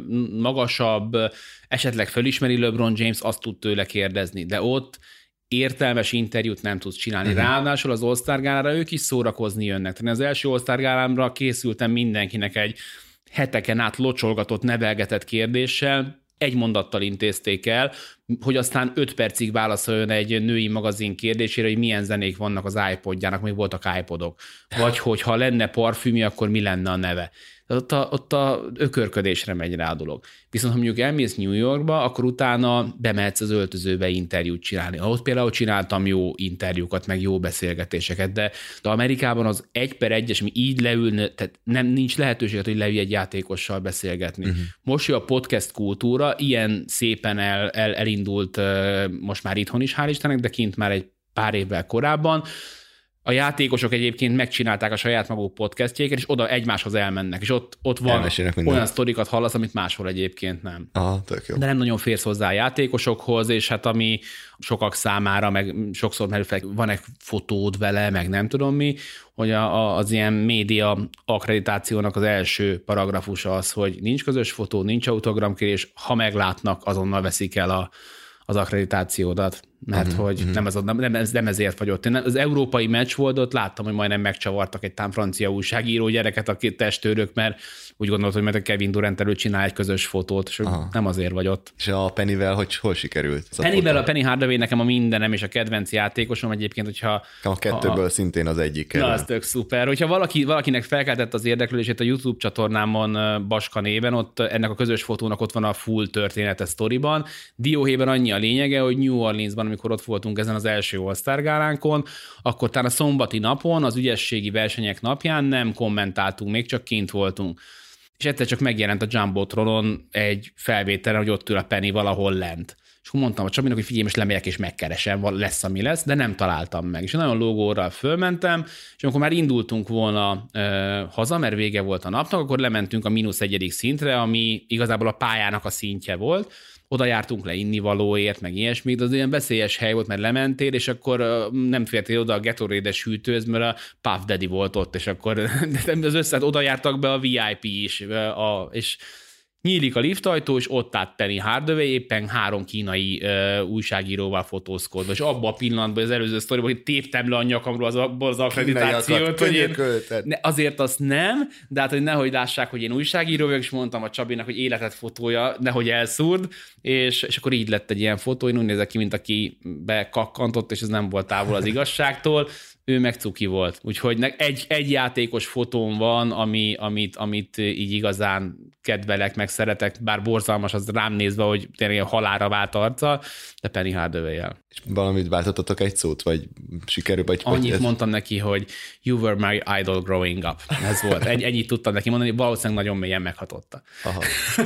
magasabb, esetleg fölismeri LeBron James, azt tud tőle kérdezni, de ott értelmes interjút nem tudsz csinálni. Uh-huh. Ráadásul az All-Star gálára ők is szórakozni jönnek. Tehát az első All-Star gálámra készültem mindenkinek egy heteken át locsolgatott, nevelgetett kérdéssel, egy mondattal intézték el, hogy aztán öt percig válaszoljon egy női magazin kérdésére, hogy milyen zenék vannak az iPodjának, még voltak iPodok. Vagy hogy ha lenne parfümje, akkor mi lenne a neve. Ott a, ott a ökörködésre megy rá a dolog. Viszont ha mondjuk elmész New Yorkba, akkor utána bemehetsz az öltözőbe interjút csinálni. Ott például csináltam jó interjúkat, meg jó beszélgetéseket, de, de Amerikában az egy per egyes, mi így leülne, tehát nem, nincs lehetőséget, hogy leülj egy játékossal beszélgetni. Uh-huh. Most, hogy a podcast kultúra ilyen szépen el, el, elindult most már itthon is, hál' Istennek, de kint már egy pár évvel korábban. A játékosok egyébként megcsinálták a saját maguk podcastjéket, és oda egymáshoz elmennek, és ott, ott van olyan sztorikat hallasz, amit máshol egyébként nem. Aha, tök jó. De nem nagyon férsz hozzá a játékosokhoz, és hát ami sokak számára, meg sokszor merül fel, van-e fotód vele, meg nem tudom mi, hogy a, a, az ilyen média akkreditációnak az első paragrafusa az, hogy nincs közös fotó, nincs autogramkérés, ha meglátnak, azonnal veszik el a az akkreditációdat, mert uh-huh, hogy uh-huh. Nem, ez, nem, ez, nem ezért vagy ott. Én az európai meccs volt, ott láttam, hogy majdnem megcsavartak egy tám francia újságíró gyereket, a két testőrök, mert úgy gondolt, hogy mert a Kevin Durant előtt csinál egy közös fotót, és aha. Nem azért vagy ott. És a Pennyvel, hogy hol sikerült? Pennyvel, a Penny Hardaway nekem a mindenem, és a kedvenc játékosom egyébként, hogyha... A kettőből a, szintén az egyik. Na, az tök szuper. Hogyha valaki, valakinek felkeltett az érdeklődését a YouTube csatornámon Baska néven, ott ennek a közös fotónak ott van a full története sztoriban. Dióhéjban annyi a lényege, hogy New Orleansban, amikor ott voltunk ezen az első All-Star gálánkon, akkor talán a szombati napon, az ügyességi versenyek napján nem kommentáltunk, még csak kint voltunk. És egyszer csak megjelent a Jumbotronon egy felvételen, hogy ott ül a Penny valahol lent. És akkor mondtam a Csabinak, hogy figyelj, most lemegyek és megkeresem, lesz, ami lesz, de nem találtam meg. És nagyon lógóral fölmentem, és amikor már indultunk volna e, haza, mert vége volt a napnak, akkor lementünk a mínusz egyedik szintre, ami igazából a pályának a szintje volt. Oda jártunk le innivalóért, meg ilyesmi, de az olyan veszélyes hely volt, mert lementél, és akkor nem fértél oda a Gatorade-es hűtőhöz, mert a Puff Daddy volt ott, és akkor az összes oda jártak be a vé i pé is, a, és nyílik a liftajtó, és ott állt Penny Hardaway, éppen három kínai uh, újságíróval fotózkodva, és abban a pillanatban, az előző sztoriban, hogy téptem le a nyakamról az, az akkreditációt, hogy én, ne, azért azt nem, de hát, hogy nehogy lássák, hogy én újságíró vagyok, és mondtam a Csabinak, hogy életet fotója, nehogy elszúrd, és, és akkor így lett egy ilyen fotó, én úgy nézek ki, mint aki bekakkantott, és ez nem volt távol az igazságtól, ő meg cuki volt. Úgyhogy egy, egy játékos fotón van, ami, amit, amit így igazán kedvelek, meg szeretek, bár borzalmas az rám nézve, hogy tényleg halálra vált arca, de Penny Hardaway-jel. És valamit váltottatok egy szót, vagy sikerül? Vagy Annyit ez... mondtam neki, hogy you were my idol growing up. Ez volt. Egy, ennyit tudtam neki mondani, valószínűleg nagyon mélyen meghatotta. Aha.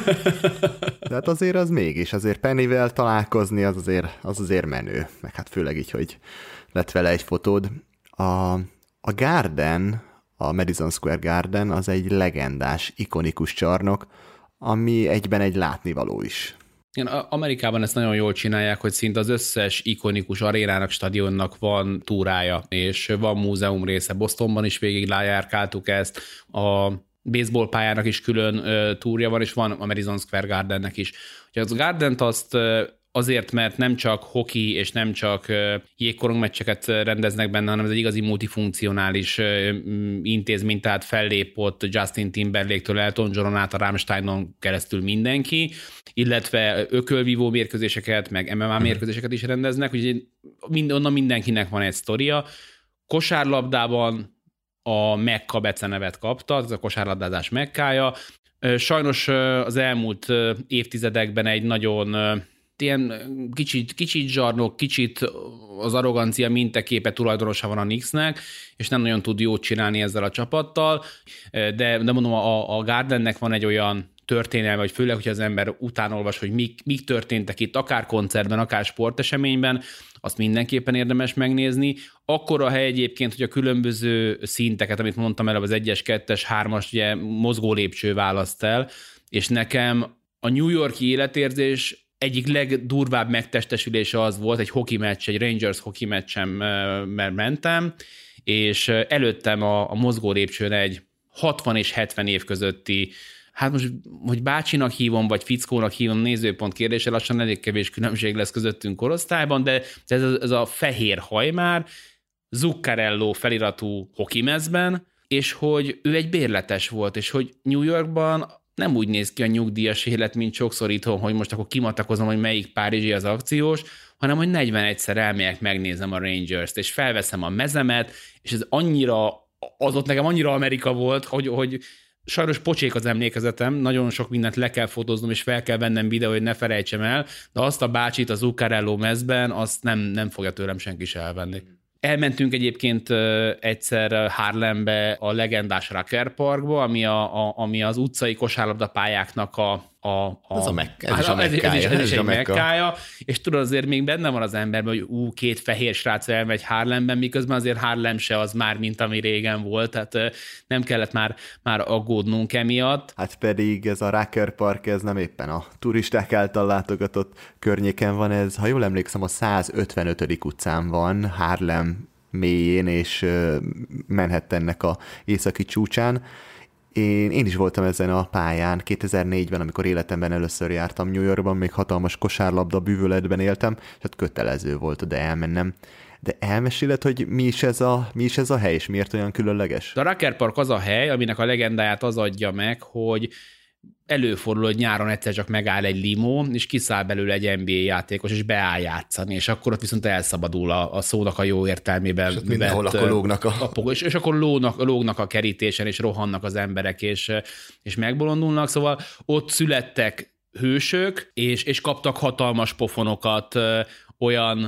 De hát azért az mégis, azért Pennyvel találkozni az azért, az azért menő. Meg hát főleg így, hogy lett vele egy fotód. A, a Garden, a Madison Square Garden az egy legendás, ikonikus csarnok, ami egyben egy látnivaló is. Igen, Amerikában ezt nagyon jól csinálják, hogy szinte az összes ikonikus arénának, stadionnak van túrája, és van múzeum része. Bostonban is végig lájárkáltuk ezt, a baseball pályának is külön uh, túrja van, és van a Madison Square Gardennek is. Ugye az Gardent azt uh, azért, mert nem csak hoki és nem csak jégkorongmeccseket rendeznek benne, hanem ez egy igazi multifunkcionális intézmény, tehát fellépott Justin Timberlake-től Elton Johnon át a Rammsteinon keresztül mindenki, illetve ökölvívó mérkőzéseket, meg em em á mérkőzéseket is rendeznek, úgyhogy onnan mindenkinek van egy sztoria. Kosárlabdában a Mekka becenevet kapta, ez a kosárlabdázás Mekkája. Sajnos az elmúlt évtizedekben egy nagyon ilyen kicsit, kicsit zsarnok, kicsit az arrogancia mintaképe tulajdonosa van a Knicksnek, és nem nagyon tud jót csinálni ezzel a csapattal, de, de mondom, a, a Gardennek van egy olyan történelme, hogy főleg, hogy az ember utánolvas, hogy mik, mik történtek itt, akár koncertben, akár sporteseményben, azt mindenképpen érdemes megnézni. Akkor a hely egyébként, hogy a különböző szinteket, amit mondtam el, az egyes, kettes, hármas, ugye mozgó lépcső választ el, és nekem a New York-i életérzés egyik legdurvább megtestesülése az volt, egy hoki meccs, egy Rangers hoki meccsen mentem, és előttem a, a mozgó lépcsőn egy hatvan és hetven év közötti, hát most, hogy bácsinak hívom, vagy fickónak hívom, nézőpont kérdése, lassan elég kevés különbség lesz közöttünk korosztályban, de ez a, ez a fehér hajmár, Zuccarello feliratú hokimezben, és hogy ő egy bérletes volt, és hogy New Yorkban nem úgy néz ki a nyugdíjas élet, mint sokszor itthon, hogy most akkor kimatakozom, hogy melyik párizsi az akciós, hanem hogy negyvenegyszer elmegyek, megnézem a Rangers-t, és felveszem a mezemet, és ez annyira, az ott nekem annyira Amerika volt, hogy, hogy sajnos pocsék az emlékezetem, nagyon sok mindent le kell fotóznom, és fel kell vennem videó, hogy ne felejtsem el, de azt a bácsit az Zuccarello mezben, azt nem, nem fogja tőlem senki se elvenni. Elmentünk egyébként egyszer Harlembe a legendás Rucker Parkba, ami, a, a, ami az utcai kosárlabdapályáknak a, a, a, ez a, meg, ez is a mekkája. Ez is, ez is egy mekka. mekkája, és tudod, azért még benne van az emberben, hogy ú, két fehér srác elmegy Harlemben, miközben azért Harlem se az már, mint ami régen volt, tehát nem kellett már, már aggódnunk emiatt. Hát pedig ez a Rucker Park, ez nem éppen a turisták által látogatott környéken van, ez, ha jól emlékszem, a százötvenötödik utcán van, Harlem mélyén és Manhattannek a északi csúcsán. Én, én is voltam ezen a pályán kétezer-négyben, amikor életemben először jártam New Yorkban, még hatalmas kosárlabda bűvöletben éltem, és hát kötelező volt oda elmennem. De elmeséled, hogy mi is ez a, mi is ez a hely, és miért olyan különleges? A Rucker Park az a hely, aminek a legendáját az adja meg, hogy előfordul, hogy nyáron egyszer csak megáll egy limó, és kiszáll belőle egy en bé á játékos, és beáll játszani, és akkor ott viszont elszabadul a, a szónak a jó értelmében. És mindenhol akkor lógnak a... a és, és akkor lógnak, lógnak a kerítésen, és rohannak az emberek, és, és megbolondulnak, szóval ott születtek hősök, és, és kaptak hatalmas pofonokat olyan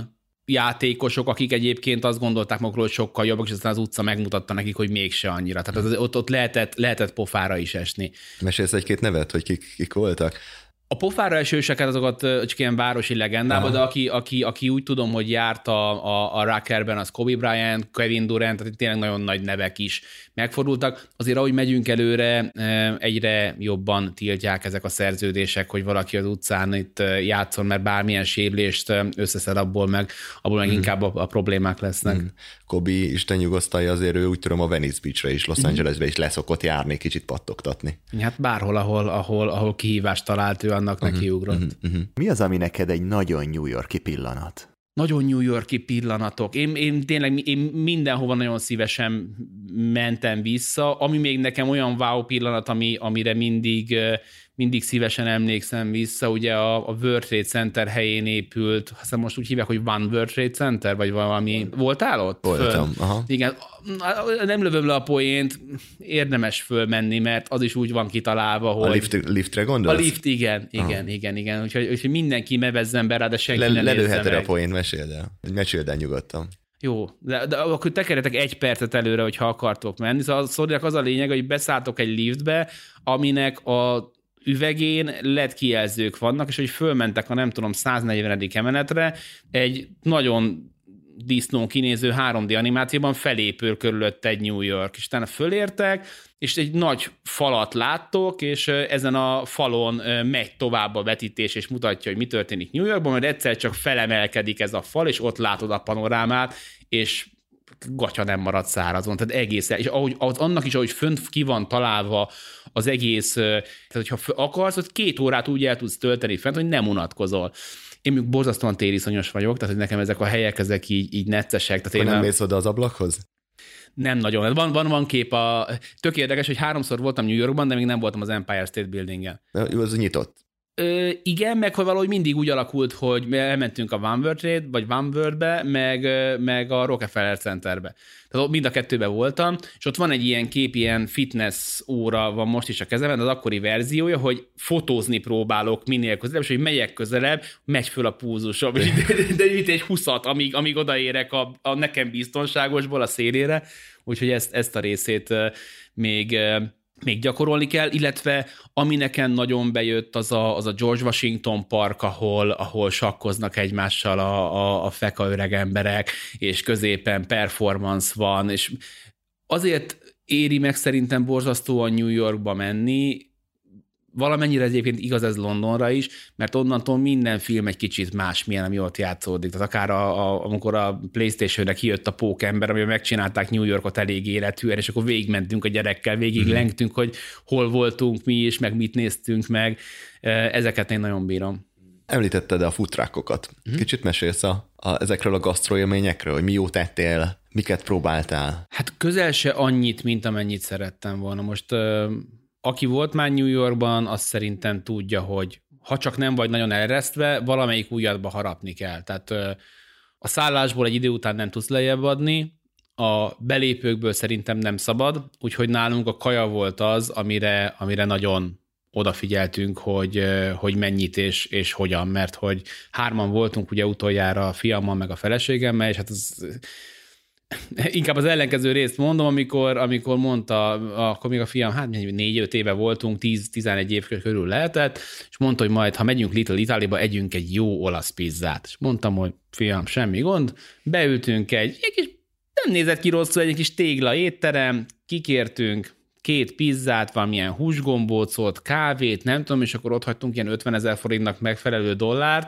játékosok, akik egyébként azt gondolták magukról, hogy sokkal jobbak, és aztán az utca megmutatta nekik, hogy mégse annyira. Tehát az, ott, ott lehetett, lehetett pofára is esni. Mesélsz egy-két nevet, hogy kik, kik voltak? A pofára esőseket azokat csak ilyen városi legendában, de aki, aki, aki úgy tudom, hogy járt a, a, a Rockerben, az Kobe Bryant, Kevin Durant, tehát tényleg nagyon nagy nevek is megfordultak. Azért ahogy megyünk előre, egyre jobban tiltják ezek a szerződések, hogy valaki az utcán itt játszon, mert bármilyen sérülést összeszed abból meg, abból meg mm. inkább a, a problémák lesznek. Mm. Kobe, Isten nyugosztalja, azért ő úgy tudom a Venice Beachre is, Los Angelesbe is leszokott járni, kicsit pattogtatni. Hát bárhol, ahol, ahol, ahol kihívást talált, ő annak uh-huh, nekiugrott. Uh-huh, uh-huh. Mi az, ami neked egy nagyon New York-i pillanat? Nagyon New York-i pillanatok. Én, én tényleg én mindenhova nagyon szívesen mentem vissza, ami még nekem olyan wow pillanat, ami, amire mindig, mindig szívesen emlékszem vissza. Ugye a, a World Trade Center helyén épült, aztán most úgy hívják, hogy One World Trade Center, vagy valami. Voltál ott? Voltam, aha. Igen, nem lövöm le a poént, érdemes fölmenni, mert az is úgy van kitalálva, hogy... A lift, liftre gondolsz? A lift, igen, igen, aha. igen, igen. Úgyhogy, úgyhogy mindenki mevezzen be rá, de senki le, nem lelőheted a poént, meséld el. Meséld el nyugodtan. Jó, de, de akkor tekeretek egy percet előre, hogyha akartok menni. Szóval a sztorinak az a lényeg, hogy beszálltok egy liftbe, aminek a üvegén el é dé kijelzők vannak, és hogy fölmentek a nem tudom száznegyvenedik emeletre, egy nagyon disznón kinéző három dé animációban felépül körülött egy New York, és utána fölértek, és egy nagy falat láttok, és ezen a falon megy tovább a vetítés, és mutatja, hogy mi történik New Yorkban, mert egyszer csak felemelkedik ez a fal, és ott látod a panorámát, és gatya nem marad szárazon, tehát egész, és ahogy, az, annak is, ahogy fönt ki van találva az egész, tehát hogyha akarsz, hogy két órát úgy el tudsz tölteni fent, hogy nem unatkozol. Én még borzasztóan tériszonyos vagyok, tehát hogy nekem ezek a helyek, ezek így, így neccesek. Tehát én nem nem mész oda az ablakhoz? Nem nagyon. Van, van, van kép, a, tök érdekes, hogy háromszor voltam New Yorkban, de még nem voltam az Empire State Building-en. Az nyitott. Ö, igen, meg hogy valahogy mindig úgy alakult, hogy elmentünk a One World Trade, vagy One World-be, meg, meg a Rockefeller Centerbe. Tehát mind a kettőben voltam, és ott van egy ilyen kép, ilyen fitness óra van most is a kezemben, az akkori verziója, hogy fotózni próbálok minél közelebb, és hogy megyek közelebb, megy föl a púzusom, de, de itt egy huszat, amíg, amíg odaérek a, a nekem biztonságosból a szélére, úgyhogy ezt, ezt a részét még... még gyakorolni kell, illetve ami nekem nagyon bejött, az a, az a George Washington Park, ahol, ahol sakkoznak egymással a, a, a feka öreg emberek, és középen performance van, és azért éri meg szerintem borzasztóan New Yorkba menni, valamennyire egyébként igaz ez Londonra is, mert onnantól minden film egy kicsit más, milyen, ami ott játszódik. Tehát akár a, a, amikor a PlayStation-re kijött a Pókember, amiben megcsinálták New Yorkot elég életűen, és akkor végigmentünk a gyerekkel, végig mm-hmm. lengtünk, hogy hol voltunk mi, és meg mit néztünk meg. Ezeket én nagyon bírom. Említetted a futrákokat. Mm-hmm. Kicsit mesélsz a, a, ezekről a gasztroélményekről, hogy mi jót tettél, miket próbáltál? Hát közel se annyit, mint amennyit szerettem volna. Most... Aki volt már New Yorkban, az szerintem tudja, hogy ha csak nem vagy nagyon elresztve, valamelyik ujjadba harapni kell. Tehát a szállásból egy idő után nem tudsz lejjebb adni, a belépőkből szerintem nem szabad, úgyhogy nálunk a kaja volt az, amire, amire nagyon odafigyeltünk, hogy, hogy mennyit és, és hogyan, mert hogy hárman voltunk ugye utoljára a fiammal meg a feleségemmel, és hát az... Inkább az ellenkező részt mondom, amikor, amikor mondta, akkor még a fiam, hát négy-öt éve voltunk, tíz-tizenegy év körül lehetett, és mondta, hogy majd, ha megyünk Little Italyba, együnk egy jó olasz pizzát. És mondtam, hogy fiam, semmi gond, beültünk egy, egy kis, nem nézett ki rosszul, egy kis tégla étterem, kikértünk két pizzát, valamilyen húsgombócot, kávét, nem tudom, és akkor ott hagytunk ilyen ötvenezer forintnak megfelelő dollárt,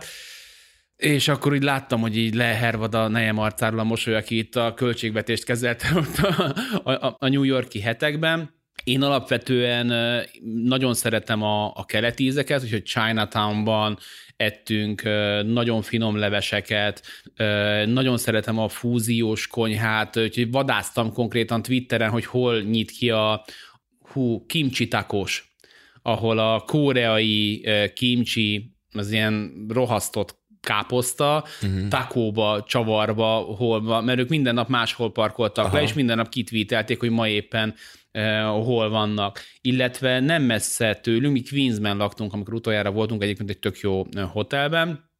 és akkor úgy láttam, hogy így lehervad a nejem arcáról a mosoly, aki itt a költségvetést kezelte ott a, a, a New York-i hetekben. Én alapvetően nagyon szeretem a, a keleti ízeket, úgyhogy Chinatownban ettünk nagyon finom leveseket, nagyon szeretem a fúziós konyhát, úgyhogy vadásztam konkrétan Twitteren, hogy hol nyit ki a hú, kimchi takos, ahol a koreai kimchi, az ilyen rohasztott káposzta, uh-huh. takóba, csavarba, hol, mert ők minden nap máshol parkoltak Aha. le, és minden nap kitvítelték, hogy ma éppen uh, hol vannak. Illetve nem messze tőlünk, mi Queensben laktunk, amikor utoljára voltunk egyébként egy tök jó hotelben,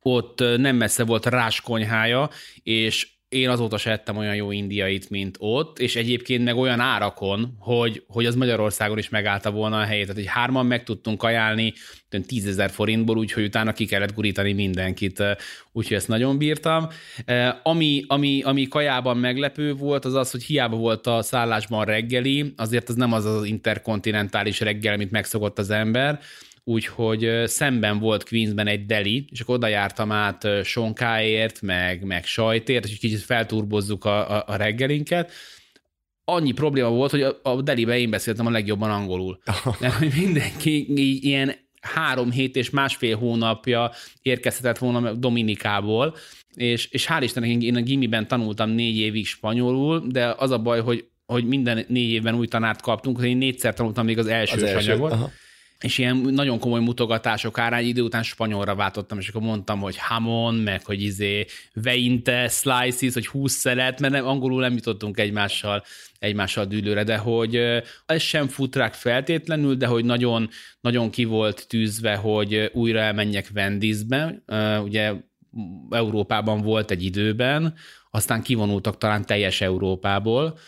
ott nem messze volt a Rás konyhája, és én azóta se ettem olyan jó indiait, mint ott, és egyébként meg olyan árakon, hogy, hogy az Magyarországon is megállta volna a helyét. Tehát, hogy hárman meg tudtunk ajánlni tízezer forintból, úgyhogy utána ki kellett gurítani mindenkit, úgyhogy ezt nagyon bírtam. Ami, ami, ami kajában meglepő volt, az az, hogy hiába volt a szállásban reggeli, azért az nem az az interkontinentális reggel, amit megszokott az ember, úgyhogy szemben volt Queensben egy deli, és akkor oda jártam át sonkáért, meg, meg sajtért, és kicsit felturbozzuk a, a, a reggelinket. Annyi probléma volt, hogy a, a delibe én beszéltem a legjobban angolul. Mert hogy mindenki ilyen három hét és másfél hónapja érkezhetett volna Dominikából, és, és hál' Istennek én a gimiben tanultam négy évig spanyolul, de az a baj, hogy, hogy minden négy évben új tanárt kaptunk, hogy én négyszer tanultam még az elsős az első, anyagot, aha. És ilyen nagyon komoly mutogatások árán idő után spanyolra váltottam, és akkor mondtam, hogy hamon, meg hogy izé veinte, slices, hogy húsz szelet, mert nem, angolul nem jutottunk egymással, egymással dűlőre, de hogy ez sem futrák feltétlenül, de hogy nagyon, nagyon ki volt tűzve, hogy újra elmenjek Wendysbe, ugye Európában volt egy időben, aztán kivonultak talán teljes Európából.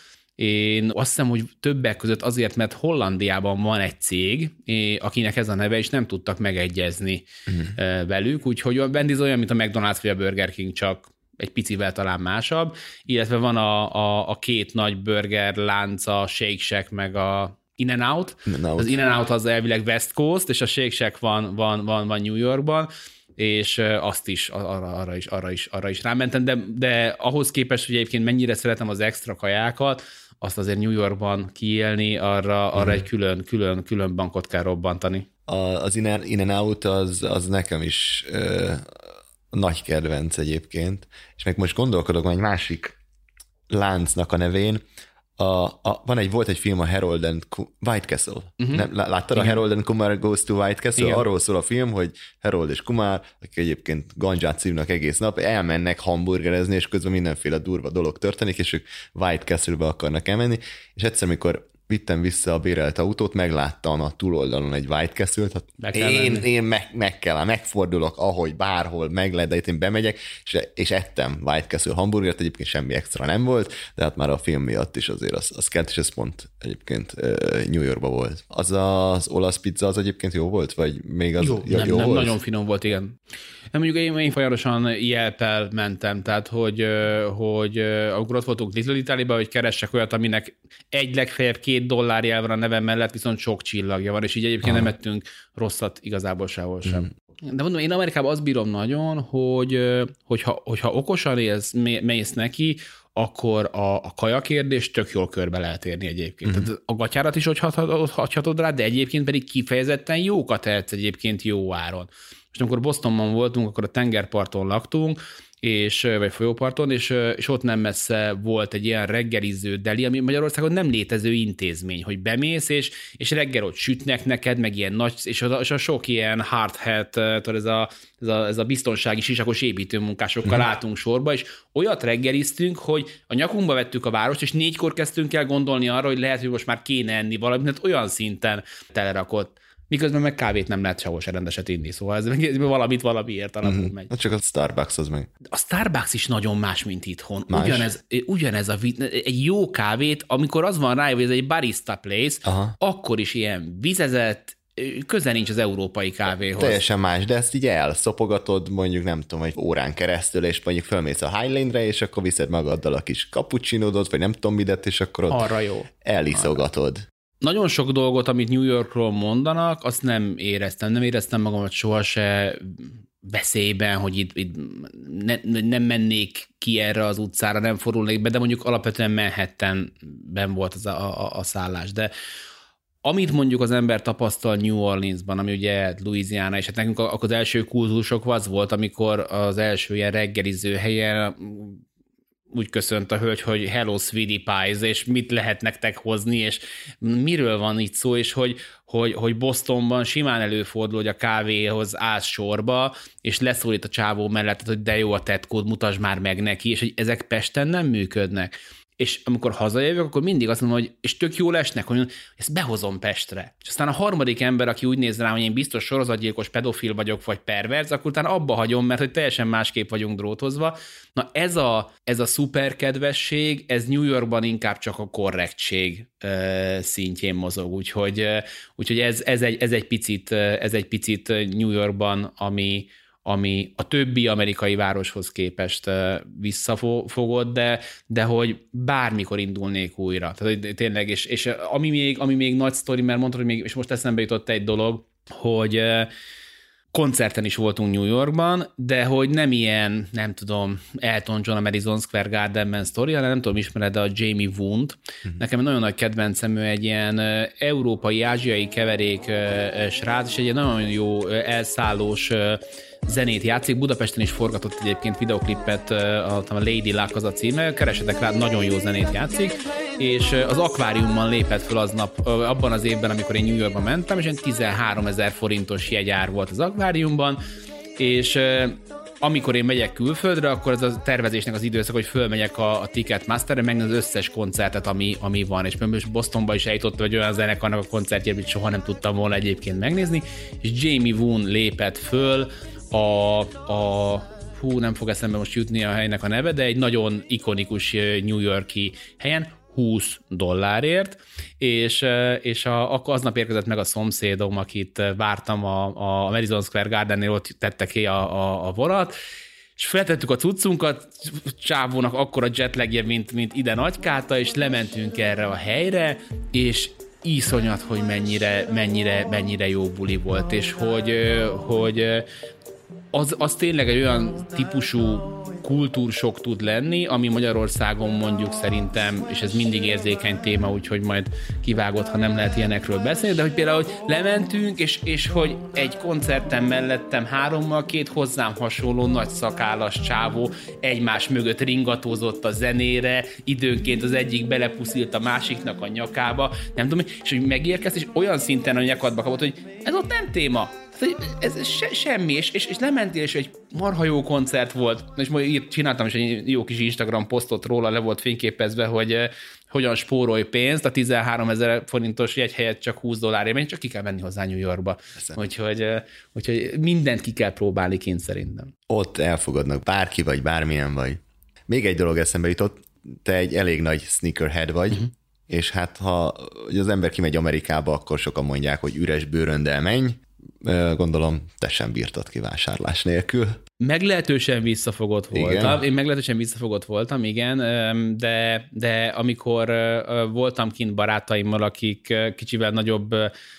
Én azt hiszem, hogy többek között azért, mert Hollandiában van egy cég, akinek ez a neve, és nem tudtak megegyezni uh-huh. velük, úgyhogy a Wendy's olyan, mint a McDonald's vagy a Burger King, csak egy picivel talán másabb, illetve van a, a, a két nagy burger lánca, Shake Shack, meg a In-N-Out. In-N-Out. Az In-N-Out az elvileg West Coast, és a Shake Shack van, van, van, van New Yorkban, és azt is, arra, arra is, arra is, arra is rámentem, de, de ahhoz képest, hogy egyébként mennyire szeretem az extra kajákat, azt azért New Yorkban kiélni, arra, arra mm. egy külön, külön, külön bankot kell robbantani. A, az In-N-Out az, az nekem is ö, nagy kedvenc egyébként, és meg most gondolkodok egy másik láncnak a nevén. A, a, van egy, volt egy film, a Harold and White Castle. Uh-huh. Nem, láttad igen. A Harold and Kumar Goes to White Castle? Igen. Arról szól a film, hogy Harold és Kumar, aki egyébként gandzsát szívnak egész nap, elmennek hamburgerezni, és közben mindenféle durva dolog történik, és ők White Castle-be akarnak elmenni, és egyszer, mikor vittem vissza a bérelt autót, megláttam a túloldalon egy White Castle-t, hát én, én meg, meg kell, megfordulok, ahogy bárhol meg lehet, de itt én bemegyek, és, és ettem White Castle hamburgert, egyébként semmi extra nem volt, de hát már a film miatt is azért az, az kelt, és ez pont egyébként New Yorkban volt. Az az olasz pizza az egyébként jó volt? Vagy még az jó, jó, nem, jó nem, volt? Nagyon finom volt, igen. Nem, mondjuk én, én folyamosan Yelp-el mentem, tehát hogy, hogy akkor ott voltunk Little Italy-ban, hogy keressek olyat, aminek egy legfeljebb két dollár jel van a neve mellett, viszont sok csillagja van, és így egyébként Aha. nem ettünk rosszat igazából sehol sem. Mm. De mondom, én Amerikában azt bírom nagyon, hogy hogyha, hogyha okosan élsz, mész neki, akkor a, a kaja kérdést tök jól körbe lehet érni egyébként. Mm. Tehát a gatyárat is hagyhatod rá, de egyébként pedig kifejezetten jókat ehetsz egyébként jó áron. És amikor Bostonban voltunk, akkor a tengerparton laktunk, és, vagy folyóparton, és, és ott nem messze volt egy ilyen reggeliző deli, ami Magyarországon nem létező intézmény, hogy bemész, és, és reggel ott sütnek neked, meg ilyen nagy, és a, és a sok ilyen hard hat, ez a, ez a, ez a biztonsági sisakos építőmunkásokkal mm. álltunk sorba, és olyat reggeliztünk, hogy a nyakunkba vettük a várost, és négykor kezdtünk el gondolni arra, hogy lehet, hogy most már kéne enni valamit, mert olyan szinten telerakott. Miközben meg kávét nem lehet sehol se rendeset inni, szóval ez valamit valamiért alapul mm. megy. Csak a Starbucks az meg. A Starbucks is nagyon más, mint itthon. Ugyanez, ugyanez a, egy jó kávét, amikor az van rá, hogy ez egy barista place, Aha. akkor is ilyen vizezett, közel nincs az európai kávéhoz. Teljesen más, de ezt így elszopogatod mondjuk nem tudom, egy órán keresztül, és mondjuk fölmész a Highlandre, és akkor viszed magaddal a kis cappuccinódot, vagy nem tudom midet, és akkor ott arra jó. eliszogatod. Arra. Nagyon sok dolgot, amit New Yorkról mondanak, azt nem éreztem. Nem éreztem magamat sohasem veszélyben, hogy itt, itt ne, nem mennék ki erre az utcára, nem fordulnék be, de mondjuk alapvetően Manhattanben volt az a, a, a szállás. De amit mondjuk az ember tapasztal New Orleansban, ami ugye Louisiana, és hát nekünk az első kultusok az volt, amikor az első ilyen reggeliző helyen úgy köszönt a hölgy, hogy hello sweetie pies, és mit lehet nektek hozni, és miről van itt szó, és hogy, hogy, hogy Bostonban simán előfordul, hogy a kávéhoz állsz sorba, és leszólít a csávó mellett, hogy de jó a tetkód, mutasd már meg neki, és hogy ezek Pesten nem működnek. és amikor hazajövök, akkor mindig azt mondom, hogy és tök jól esnek, hogy ezt behozom Pestre. És aztán a harmadik ember, aki úgy néz rá, hogy én biztos sorozatgyilkos, pedofil vagyok, vagy perverz, akkor utána abba hagyom, mert hogy teljesen másképp vagyunk drótozva. Na ez a, ez a szuperkedvesség, ez New Yorkban inkább csak a korrektség szintjén mozog, úgyhogy, úgyhogy ez, ez, egy, ez, egy picit, ez egy picit New Yorkban, ami, ami a többi amerikai városhoz képest visszafogott, de, de hogy bármikor indulnék újra. Tehát hogy tényleg, és, és ami, még, ami még nagy sztori, mert mondtad, hogy még, és most eszembe jutott egy dolog, hogy koncerten is voltunk New Yorkban, de hogy nem ilyen, nem tudom, Elton John a Madison Square Gardenben sztori, hanem nem tudom, ismered a Jamie Woont. Uh-huh. Nekem nagyon nagy kedvencem, ő egy ilyen európai, ázsiai keverék srác, és egy ilyen nagyon jó elszállós zenét játszik. Budapesten is forgatott egyébként videoklipet, a Lady Luck az a címe, keresetek rá, nagyon jó zenét játszik, és az akváriumban lépett fel aznap, abban az évben, amikor én New Yorkba mentem, és tizenháromezer forintos jegyár volt az akváriumban, és amikor én megyek külföldre, akkor az a tervezésnek az időszak, hogy fölmegyek a, a Ticketmasterre, megnézni az összes koncertet, ami, ami van, és most Bostonba is eljutottam, hogy olyan zenekarnak a koncertjét, amit soha nem tudtam volna egyébként megnézni, és Jamie Woon lépett föl a, a hú, nem fog eszembe most jutni a helynek a neve, de egy nagyon ikonikus New York-i helyen, húsz dollárért, és, és a, akkor aznap érkezett meg a szomszédom, akit vártam a, a Madison Square Gardennél, ott tette ki a, a, a vonat, és feltettük a cuccunkat, csávónak akkora jetlagje, mint, mint ide Nagykáta, és lementünk erre a helyre, és iszonyat, hogy mennyire, mennyire, mennyire jó buli volt, és hogy, hogy az, az tényleg egy olyan típusú kultúrsok tud lenni, ami Magyarországon mondjuk szerintem, és ez mindig érzékeny téma, úgyhogy majd kivágott, ha nem lehet ilyenekről beszélni, de hogy például, hogy lementünk, és, és hogy egy koncerten mellettem hárommal két hozzám hasonló nagy szakállas csávó egymás mögött ringatózott a zenére, időnként az egyik belepuszilt a másiknak a nyakába, nem tudom, és hogy megérkezt, és olyan szinten a nyakadba kapott, hogy ez ott nem téma. Ez se, semmi, és, és, és lementél, és egy marha jó koncert volt, és majd írt, csináltam is egy jó kis Instagram posztot róla, le volt fényképezve, hogy eh, hogyan spórolj pénzt, a tizenháromezer forintos jegy helyett csak húsz dollárért menj, csak ki kell menni hozzá New Yorkba. Úgyhogy, eh, úgyhogy mindent ki kell próbálni kint szerintem. Ott elfogadnak bárki vagy, bármilyen vagy. Még egy dolog eszembe jutott, te egy elég nagy sneakerhead vagy, uh-huh. és hát ha az ember kimegy Amerikába, akkor sokan mondják, hogy üres bőröndel menj, gondolom, te sem bírtad ki vásárlás nélkül. Meglehetősen visszafogott voltam. Igen. Én meglehetősen visszafogott voltam, igen, de, de amikor voltam kint barátaimmal, akik kicsivel nagyobb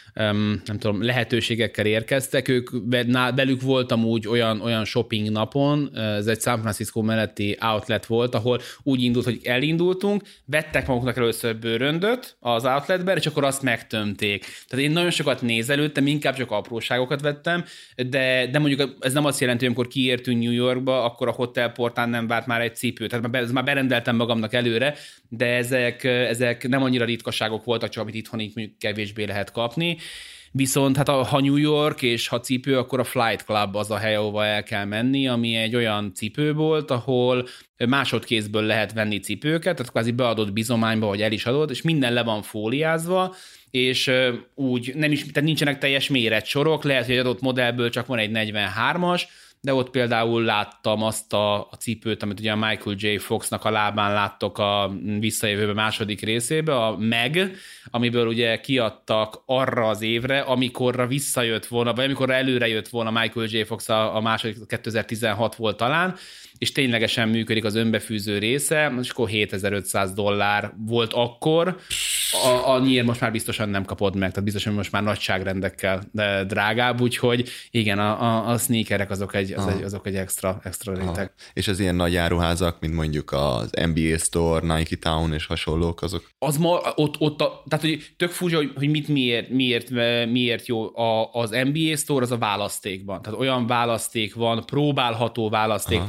Um, nem tudom, lehetőségekkel érkeztek, ők belük voltam úgy olyan, olyan shopping napon, ez egy San Francisco melletti outlet volt, ahol úgy indult, hogy elindultunk, vettek maguknak először bőröndöt az outletben, és akkor azt megtömték. Tehát én nagyon sokat nézelődtem, inkább csak apróságokat vettem, de, de mondjuk ez nem azt jelenti, hogy amikor kiértünk New Yorkba, akkor a hotelportán nem várt már egy cipő. Tehát már, már berendeltem magamnak előre, de ezek, ezek nem annyira ritkaságok voltak, csak amit itthon így mondjuk kevésbé lehet kapni. Viszont hát ha New York és ha cipő, akkor a Flight Club az a hely, ahova el kell menni, ami egy olyan cipőbolt, ahol másodkézből lehet venni cipőket, tehát kvázi beadott bizományba, vagy el is adott, és minden le van fóliázva, és úgy nem is, tehát nincsenek teljes méretsorok, lehet, hogy egy adott modellből csak van egy negyvenhármas, de ott például láttam azt a, a cipőt, amit ugye a Michael J. Foxnak a lábán láttok a Visszajövőbe második részébe, a Meg, amiből ugye kiadtak arra az évre, amikorra visszajött volna, vagy amikorra előre jött volna Michael J. Fox a, a második, kétezer-tizenhat volt talán, és ténylegesen működik az önbefűző része, és akkor hétezer-ötszáz dollár volt akkor, a, annyiért most már biztosan nem kapod meg, tehát biztosan most már nagyságrendekkel de drágább, úgyhogy igen, a, a, a sneakerek azok egy, az egy, azok egy extra, extra réteg. És az ilyen nagy áruházak, mint mondjuk az en bé á Store, Nike Town és hasonlók, azok? Az ma, ott, ott a, tehát hogy tök furcsa, hogy, hogy mit miért, miért, miért jó a, az en bé á Store, az a választékban. Tehát olyan választék van, próbálható választék Aha. van, hogy az ember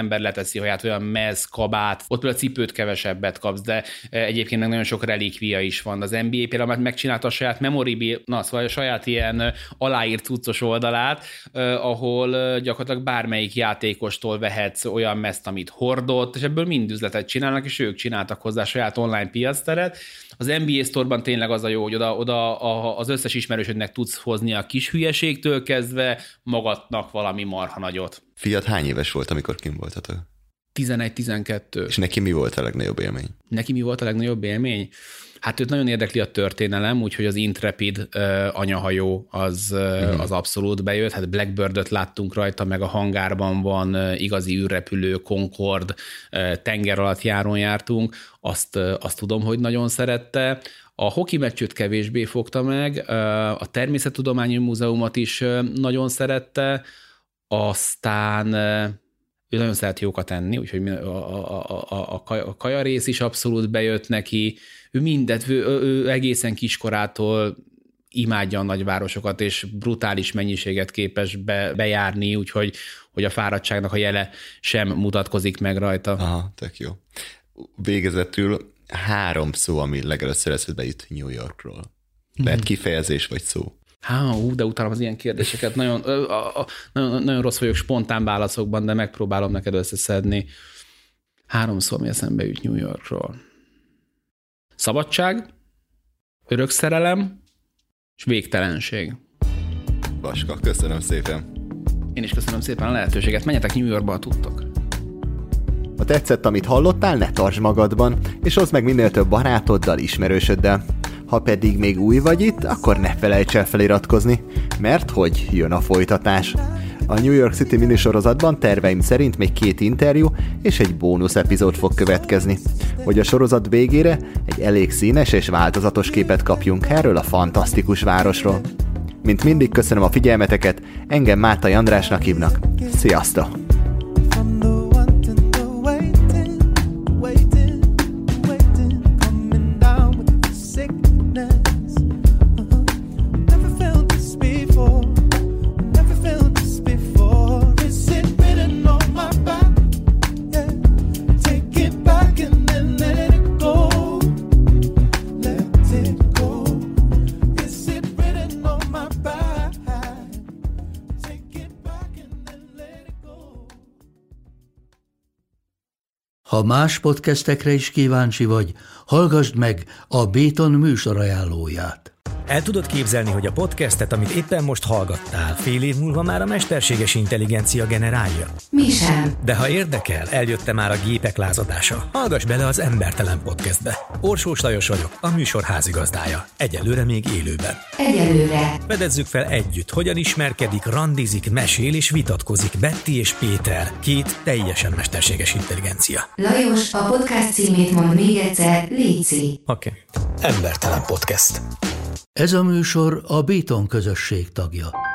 ember leteszi haját, olyan mez, kabát, ott például a cipőt kevesebbet kapsz, de egyébként meg nagyon sok relikvia is van. Az en bé á például megcsinálta a saját memorabilia, na, szóval a saját ilyen aláírt cuccos oldalát, eh, ahol gyakorlatilag bármelyik játékostól vehetsz olyan mezt, amit hordott, és ebből mind üzletet csinálnak, és ők csináltak hozzá saját online piacteret. Az en bé á Store-ban tényleg az a jó, hogy oda, oda az összes ismerősödnek tudsz hozni a kis hülyeségtől kezdve magadnak valami marha nagyot. Fiat hány éves volt, amikor kim voltatok? tizenegy-tizenkettő. És neki mi volt a legnagyobb élmény? Neki mi volt a legnagyobb élmény? Hát őt nagyon érdekli a történelem, úgyhogy az Intrepid uh, anyahajó az, uh, mm. az abszolút bejött. Hát Blackbird-öt láttunk rajta, meg a hangárban van uh, igazi űrrepülő, Concorde, uh, tenger alatt járon jártunk. Azt, uh, azt tudom, hogy nagyon szerette. A hoki meccsőt kevésbé fogta meg, uh, a Természettudományi Múzeumot is uh, nagyon szerette, aztán... Uh, ő nagyon szeret jókat enni, úgyhogy a, a, a, a kajarész is abszolút bejött neki. Ő mindet, ő, ő egészen kiskorától imádja a nagyvárosokat, és brutális mennyiséget képes be, bejárni, úgyhogy hogy a fáradtságnak a jele sem mutatkozik meg rajta. Aha, tök jó. Végezetül három szó, ami legelőször eszedbe jut New Yorkról. Lehet kifejezés vagy szó? Há, ú, de utálom az ilyen kérdéseket. Nagyon, a, a, nagyon, nagyon rossz vagyok spontán válaszokban, de megpróbálom neked összeszedni. Három szó, ami eszembe jut New Yorkról. Szabadság, örök szerelem és végtelenség. Vaska, köszönöm szépen. Én is köszönöm szépen a lehetőséget. Menjetek New Yorkba, ha tudtok. Ha tetszett, amit hallottál, ne tartsd magadban, és oszd meg minél több barátoddal, ismerősöddel. Ha pedig még új vagy itt, akkor ne felejts el feliratkozni, mert hogy jön a folytatás. A New York City minisorozatban terveim szerint még két interjú és egy bónusz epizód fog következni, hogy a sorozat végére egy elég színes és változatos képet kapjunk erről a fantasztikus városról. Mint mindig köszönöm a figyelmeteket, engem Mátai Andrásnak hívnak. Sziasztok! Ha más podcastekre is kíváncsi vagy, hallgassd meg a Béton műsor ajánlóját. El tudod képzelni, hogy a podcastet, amit éppen most hallgattál, fél év múlva már a mesterséges intelligencia generálja? Mi sem. De ha érdekel, eljött már a gépek lázadása. Hallgass bele az Embertelen podcastbe. Orsós Lajos vagyok, a műsor házigazdája. Egyelőre még élőben. Egyelőre. Fedezzük fel együtt, hogyan ismerkedik, randizik, mesél és vitatkozik Betty és Péter, két teljesen mesterséges intelligencia. Lajos, a podcast címét mond még egyszer, léci. Oké. Okay. Embertelen podcast. Ez a műsor a Béton közösség tagja.